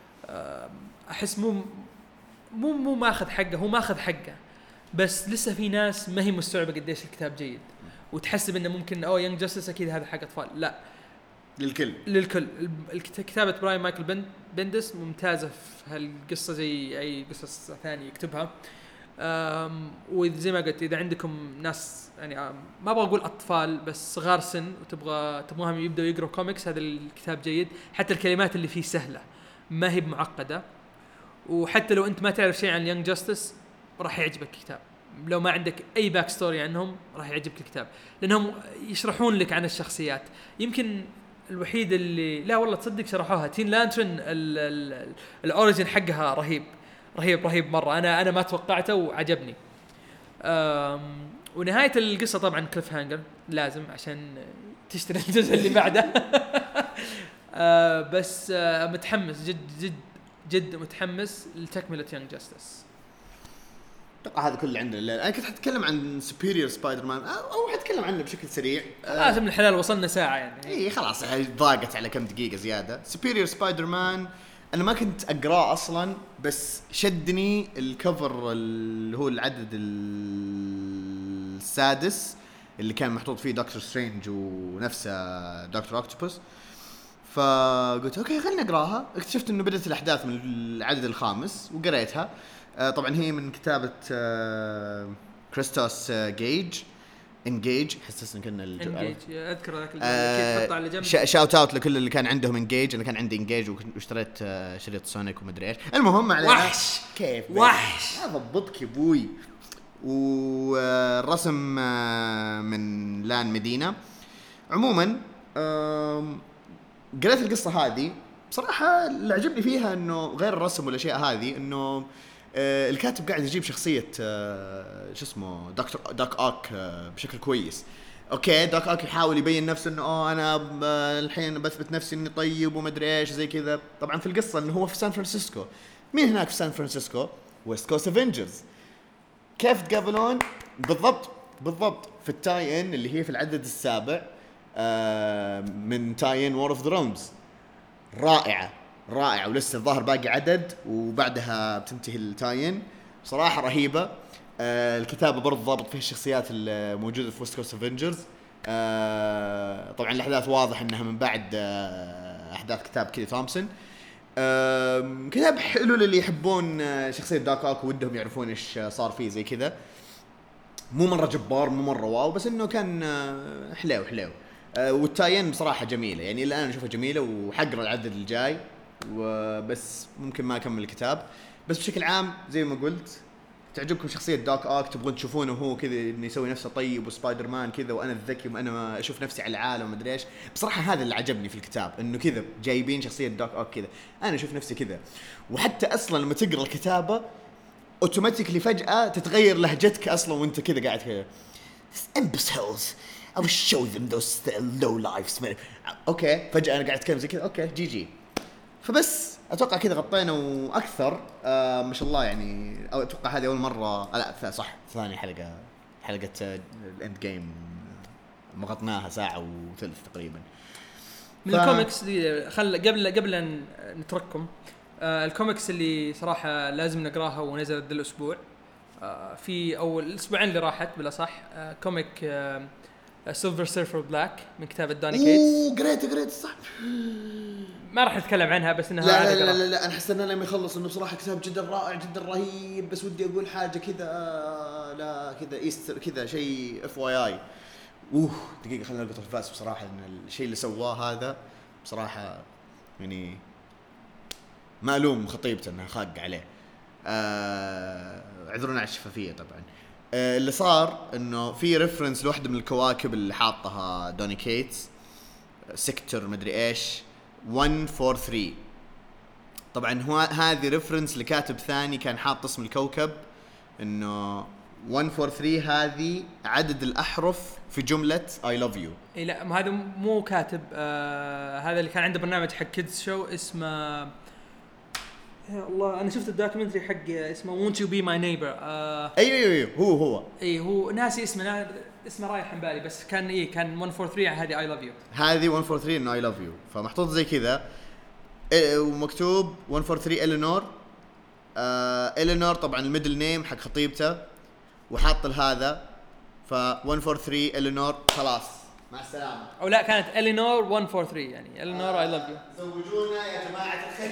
Speaker 1: احس مو مو مو ماخذ حقه، هو ماخذ حقه بس لسه في ناس ما هي مستوعبه قديش الكتاب جيد وتحسب انه ممكن او يونج جاستس اكيد هذا حق اطفال. لا، للكل للكل. كتابه براين مايكل بندس ممتازه في هالقصه زي اي قصص ثانيه يكتبها. وزي ما قلت اذا عندكم ناس يعني ما ابغى اقول اطفال بس صغار سن وتبغى تبغاهم يبداوا يقروا كوميكس، هذا الكتاب جيد. حتى الكلمات اللي فيه سهله ما هي معقده، وحتى لو انت ما تعرف شيء عن يونج جاستس راح يعجبك الكتاب. لو ما عندك اي باك ستوري عنهم راح يعجبك الكتاب لانهم يشرحون لك عن الشخصيات. يمكن الوحيد اللي لا والله تصدق شرحوها تين لانترن، الاوريجن حقها رهيب رهيب رهيب مره. انا انا ما توقعته وعجبني. ونهايه القصه طبعا كليف هانجر لازم عشان تشتري الجزء اللي بعده. آه بس آه متحمس جد جد جد متحمس لتكمله يونج جاستس.
Speaker 2: اتوقع هذا كله عندنا. انا كنت حتكلم عن سوبيريور سبايدر مان او حتكلم عنه بشكل سريع.
Speaker 1: لازم من الحلال وصلنا ساعه يعني.
Speaker 2: اي خلاص ضاقت على كم دقيقه زياده. سوبيريور سبايدر مان انا ما كنت اقراه اصلا بس شدني الكفر اللي هو العدد السادس اللي كان محطوط فيه دكتور سترينج ونفسه دكتور اوكتوبوس، فقلت اوكي خلينا نقراها. اكتشفت انه بدأت الاحداث من العدد الخامس وقريتها. آه طبعا هي من كتابة آه كريستوس آه جيج انجيج حسسنا كنا
Speaker 1: انجيج اذكر ذاك اللي تحط على جنب.
Speaker 2: شاوت اوت لكل اللي كان عندهم انجيج. انا كان عندي انجيج واشتريت آه شريط سونيك ومدري ايش. المهم على
Speaker 1: وحش
Speaker 2: كيف
Speaker 1: وحش
Speaker 2: هذا ضبطك يا ابوي. والرسم آه من لان مدينة. عموما آه قريت القصة هذه بصراحة اللي عجبني فيها انه غير الرسم والاشياء هذه انه آه الكاتب قاعد يجيب شخصية آه شو اسمه دكتور داك اوك آه بشكل كويس. اوكي داك اوك يحاول يبين نفسه انه اه انا الحين بثبت نفسي اني طيب وما ادري ايش زي كذا. طبعا في القصة انه هو في سان فرانسيسكو. مين هناك في سان فرانسيسكو؟ ويست كوست افنجرز. كيف تقابلون بالضبط بالضبط في التاي ان اللي هي في العدد السابع آه من تاي ان وور اوف ذا رومز. رائعة رائعة ولسه الظاهر باقي عدد وبعدها بتنتهي التاين. صراحة رهيبة. آه الكتابة برضه ضابط فيها الشخصيات الموجودة في ويست كوست افنجرز. آه طبعا الأحداث واضح أنها من بعد آه أحداث كتاب كيلي تومسون. آه كتاب حلو للي يحبون آه شخصية داك اوك ودهم يعرفون إيش صار فيه زي كذا. مو مره جبار مو مره واو بس انه كان آه حلو حلو آه والتاين بصراحه جميله يعني الان اشوفها جميله وحقرا العدد الجاي وبس ممكن ما اكمل الكتاب بس بشكل عام زي ما قلت تعجبكم شخصيه دوك اوك تبغون تشوفونه هو كذا انه يسوي نفسه طيب وسبايدر مان كذا وانا الذكي وانا ما اشوف نفسي على العالم وما ادري ايش بصراحه هذا اللي عجبني في الكتاب انه كذا جايبين شخصيه دوك اوك كذا انا اشوف نفسي كذا وحتى اصلا لما تقرا الكتابه اوتوماتيكلي فجاه تتغير لهجتك اصلا وانت كذا قاعد كذا imbeciles I will show them those low lives اوكي فجاه انا قاعد اتكلم زي كذا اوكي جي جي فبس اتوقع كذا غطينا واكثر آه ما شاء الله يعني او اتوقع هذه اول مره لا صح ثاني حلقه حلقه الاند جيم مغطناها ساعه وثلث تقريبا
Speaker 1: من ف... الكوميكس دي خل قبل قبل ان نترككم آه الكوميكس اللي صراحه لازم نقراها ونزلت الاسبوع آه في اول الاسبوعين اللي راحت بلا صح آه كوميك آه سيلفر سيرفر بلاك من كتابة دوني كيتس.
Speaker 2: اوه قريت قريت صح.
Speaker 1: ما راح نتكلم عنها بس انها
Speaker 2: لا لا, لا لا لا انا حسيت انه لما يخلص انه بصراحه كتاب جدا رائع جدا رهيب بس ودي اقول حاجه كذا لا كذا ايستر كذا شيء اف واي اي. اوه دقيقه خلينا نلقط الفاس بصراحه ان الشيء اللي سواه هذا بصراحه يعني ما الوم خطيبته انها خاق عليه. آه عذرونا على الشفافيه طبعا. آه اللي صار انه في ريفرنس لوحده من الكواكب اللي حاطها دوني كيتس سيكتور مدري ايش واحد أربعة ثلاثة. طبعا هو هذه ريفرنس لكاتب ثاني كان حاط اسم الكوكب انه واحد أربعة ثلاثة هذه عدد الاحرف في جمله اي لاف يو.
Speaker 1: اي لا ما هذا مو كاتب آه هذا اللي كان عنده برنامج حق كيدز شو اسمه يا الله انا شفت الدوكيومنتري حق اسمه won't you be my neighbor. آه
Speaker 2: ايوه ايوه هو هو
Speaker 1: اي هو ناسي اسمه اسمه رايح عن بالي بس كان ايه كان واحد أربعة ثلاثة هذه اي لاف يو.
Speaker 2: هذه واحد أربعة ثلاثة انه اي لاف يو فمحطوط زي كذا ومكتوب واحد أربعة ثلاثة إلينور. آه إلينور طبعا الميدل نيم حق خطيبته وحاط هذا ف واحد أربعة ثلاثة إلينور خلاص مع السلامه.
Speaker 1: او لا كانت إلينور واحد أربعة ثلاثة يعني إلينور اي لاف يو.
Speaker 2: زوجونا يا جماعه الخير.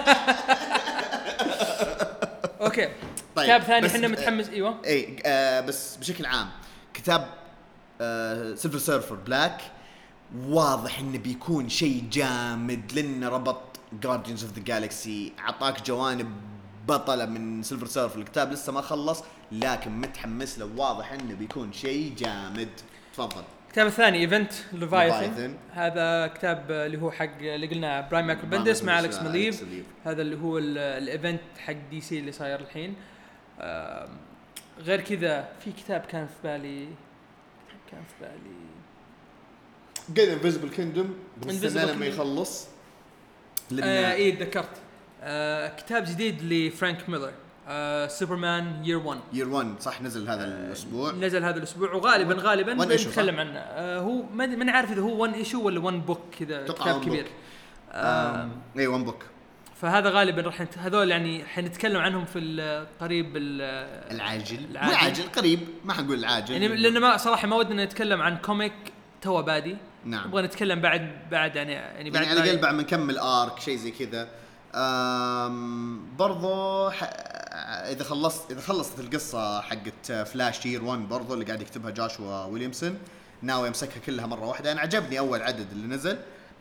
Speaker 1: اوكي طيب كتاب ثاني احنا متحمس ايوه
Speaker 2: اي آه بس بشكل عام كتاب آه سيلفر سيرفر بلاك واضح انه بيكون شيء جامد لانه ربط جارديانز اوف ذا جالكسي عطاك جوانب بطله من سيلفر سيرفر. الكتاب لسه ما خلص لكن متحمس له واضح انه بيكون شيء جامد. تفضل.
Speaker 1: الكتاب الثاني ايفنت ليفايثن هذا كتاب اللي هو حق اللي قلنا براين مايكل بندس مع أليكس مليف. هذا اللي هو الايفنت حق دي سي اللي صاير الحين. غير كذا في كتاب كان في بالي كان في بالي
Speaker 2: قال انفيزبل كيندوم بس لما يخلص
Speaker 1: آه ايه تذكرت آه كتاب جديد لفرانك ميلر آه سوبرمان يير واحد.
Speaker 2: يير واحد صح نزل هذا
Speaker 1: آه
Speaker 2: الاسبوع
Speaker 1: نزل هذا الاسبوع وغالبا غالبا بنتكلم عنه. آه هو ما نعرف اذا هو واحد ايشو ولا واحد بوك كذا كتاب كبير.
Speaker 2: آه اي واحد بوك
Speaker 1: فهذا غالبا راح هذول يعني حنتكلم عنهم في القريب
Speaker 2: العاجل العاجل قريب ما حنقول العاجل
Speaker 1: يعني لأن ما صراحه ما ودنا نتكلم عن كوميك تو بادي.
Speaker 2: نعم
Speaker 1: نبغى نتكلم بعد بعد يعني يعني بعد
Speaker 2: يعني على الأقل بعد ما نكمل آرك شيء زي كذا. برضو ح... إذا خلصت إذا خلصت القصة حقت فلاش يير واحد برضو اللي قاعد يكتبها جاشوا ويليامسون ناوي أمسكها كلها مرة واحدة. أنا عجبني أول عدد اللي نزل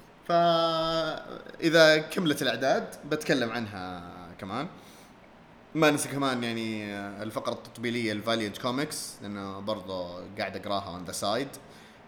Speaker 2: فإذا كملت الأعداد بتكلم عنها كمان. ما ننسى كمان يعني الفقرة التطبيلية الفاليانت كوميكس لأنه برضو قاعد أقراها on the side.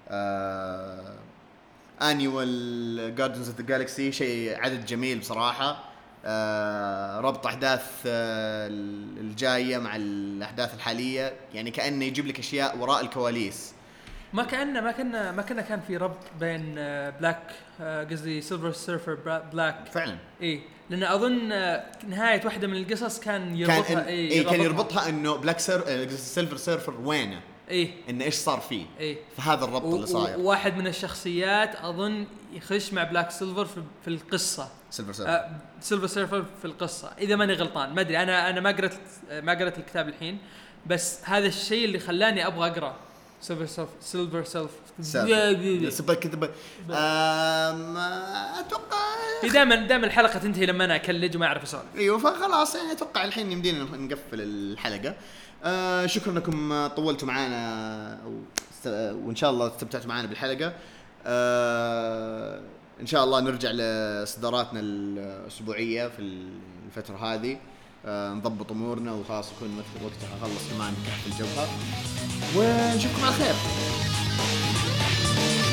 Speaker 2: annual Guardians of the Galaxy شيء عدد جميل بصراحة. آه ربط أحداث آه الجاية مع الأحداث الحالية يعني كأنه يجيب لك أشياء وراء الكواليس.
Speaker 1: ما كأنه ما كنا ما كنا كان في ربط بين بلاك قصدي سيلفر سيرفر بلاك
Speaker 2: فعلا.
Speaker 1: إيه لأن أظن نهاية واحدة من القصص كان يربطها
Speaker 2: كان إيه, إيه كان يربطها إنه بلاك سير سيلفر سيرفر وينه
Speaker 1: إيه
Speaker 2: إنه إيش صار فيه.
Speaker 1: إيه
Speaker 2: فهذا الربط اللي صاير.
Speaker 1: واحد من الشخصيات أظن يخش مع بلاك سيلفر في, في القصة
Speaker 2: سيلفر سيرفر
Speaker 1: آه سيلفر سيرفر في القصة إذا ماني غلطان ما أدري أنا أنا ما قرأت ما قرأت الكتاب الحين بس هذا الشيء اللي خلاني أبغى أقرأ سيلفر سيلف سيلفر سيلف
Speaker 2: سبب كذا اتوقع
Speaker 1: دائما دائما الحلقه تنتهي لما انا اكلج وما اعرف اسولف.
Speaker 2: ايوه فخلاص يعني اتوقع الحين يمدينا نقفل الحلقه. آه شكرا لكم طولتوا معنا وان شاء الله استمتعتوا معنا بالحلقه. آه ان شاء الله نرجع لاصداراتنا الاسبوعيه في الفتره هذه. آه نضبط امورنا وخلاص يكون مثل وقتها خلص كمان كحف الجوهر ونشوفكم على خير.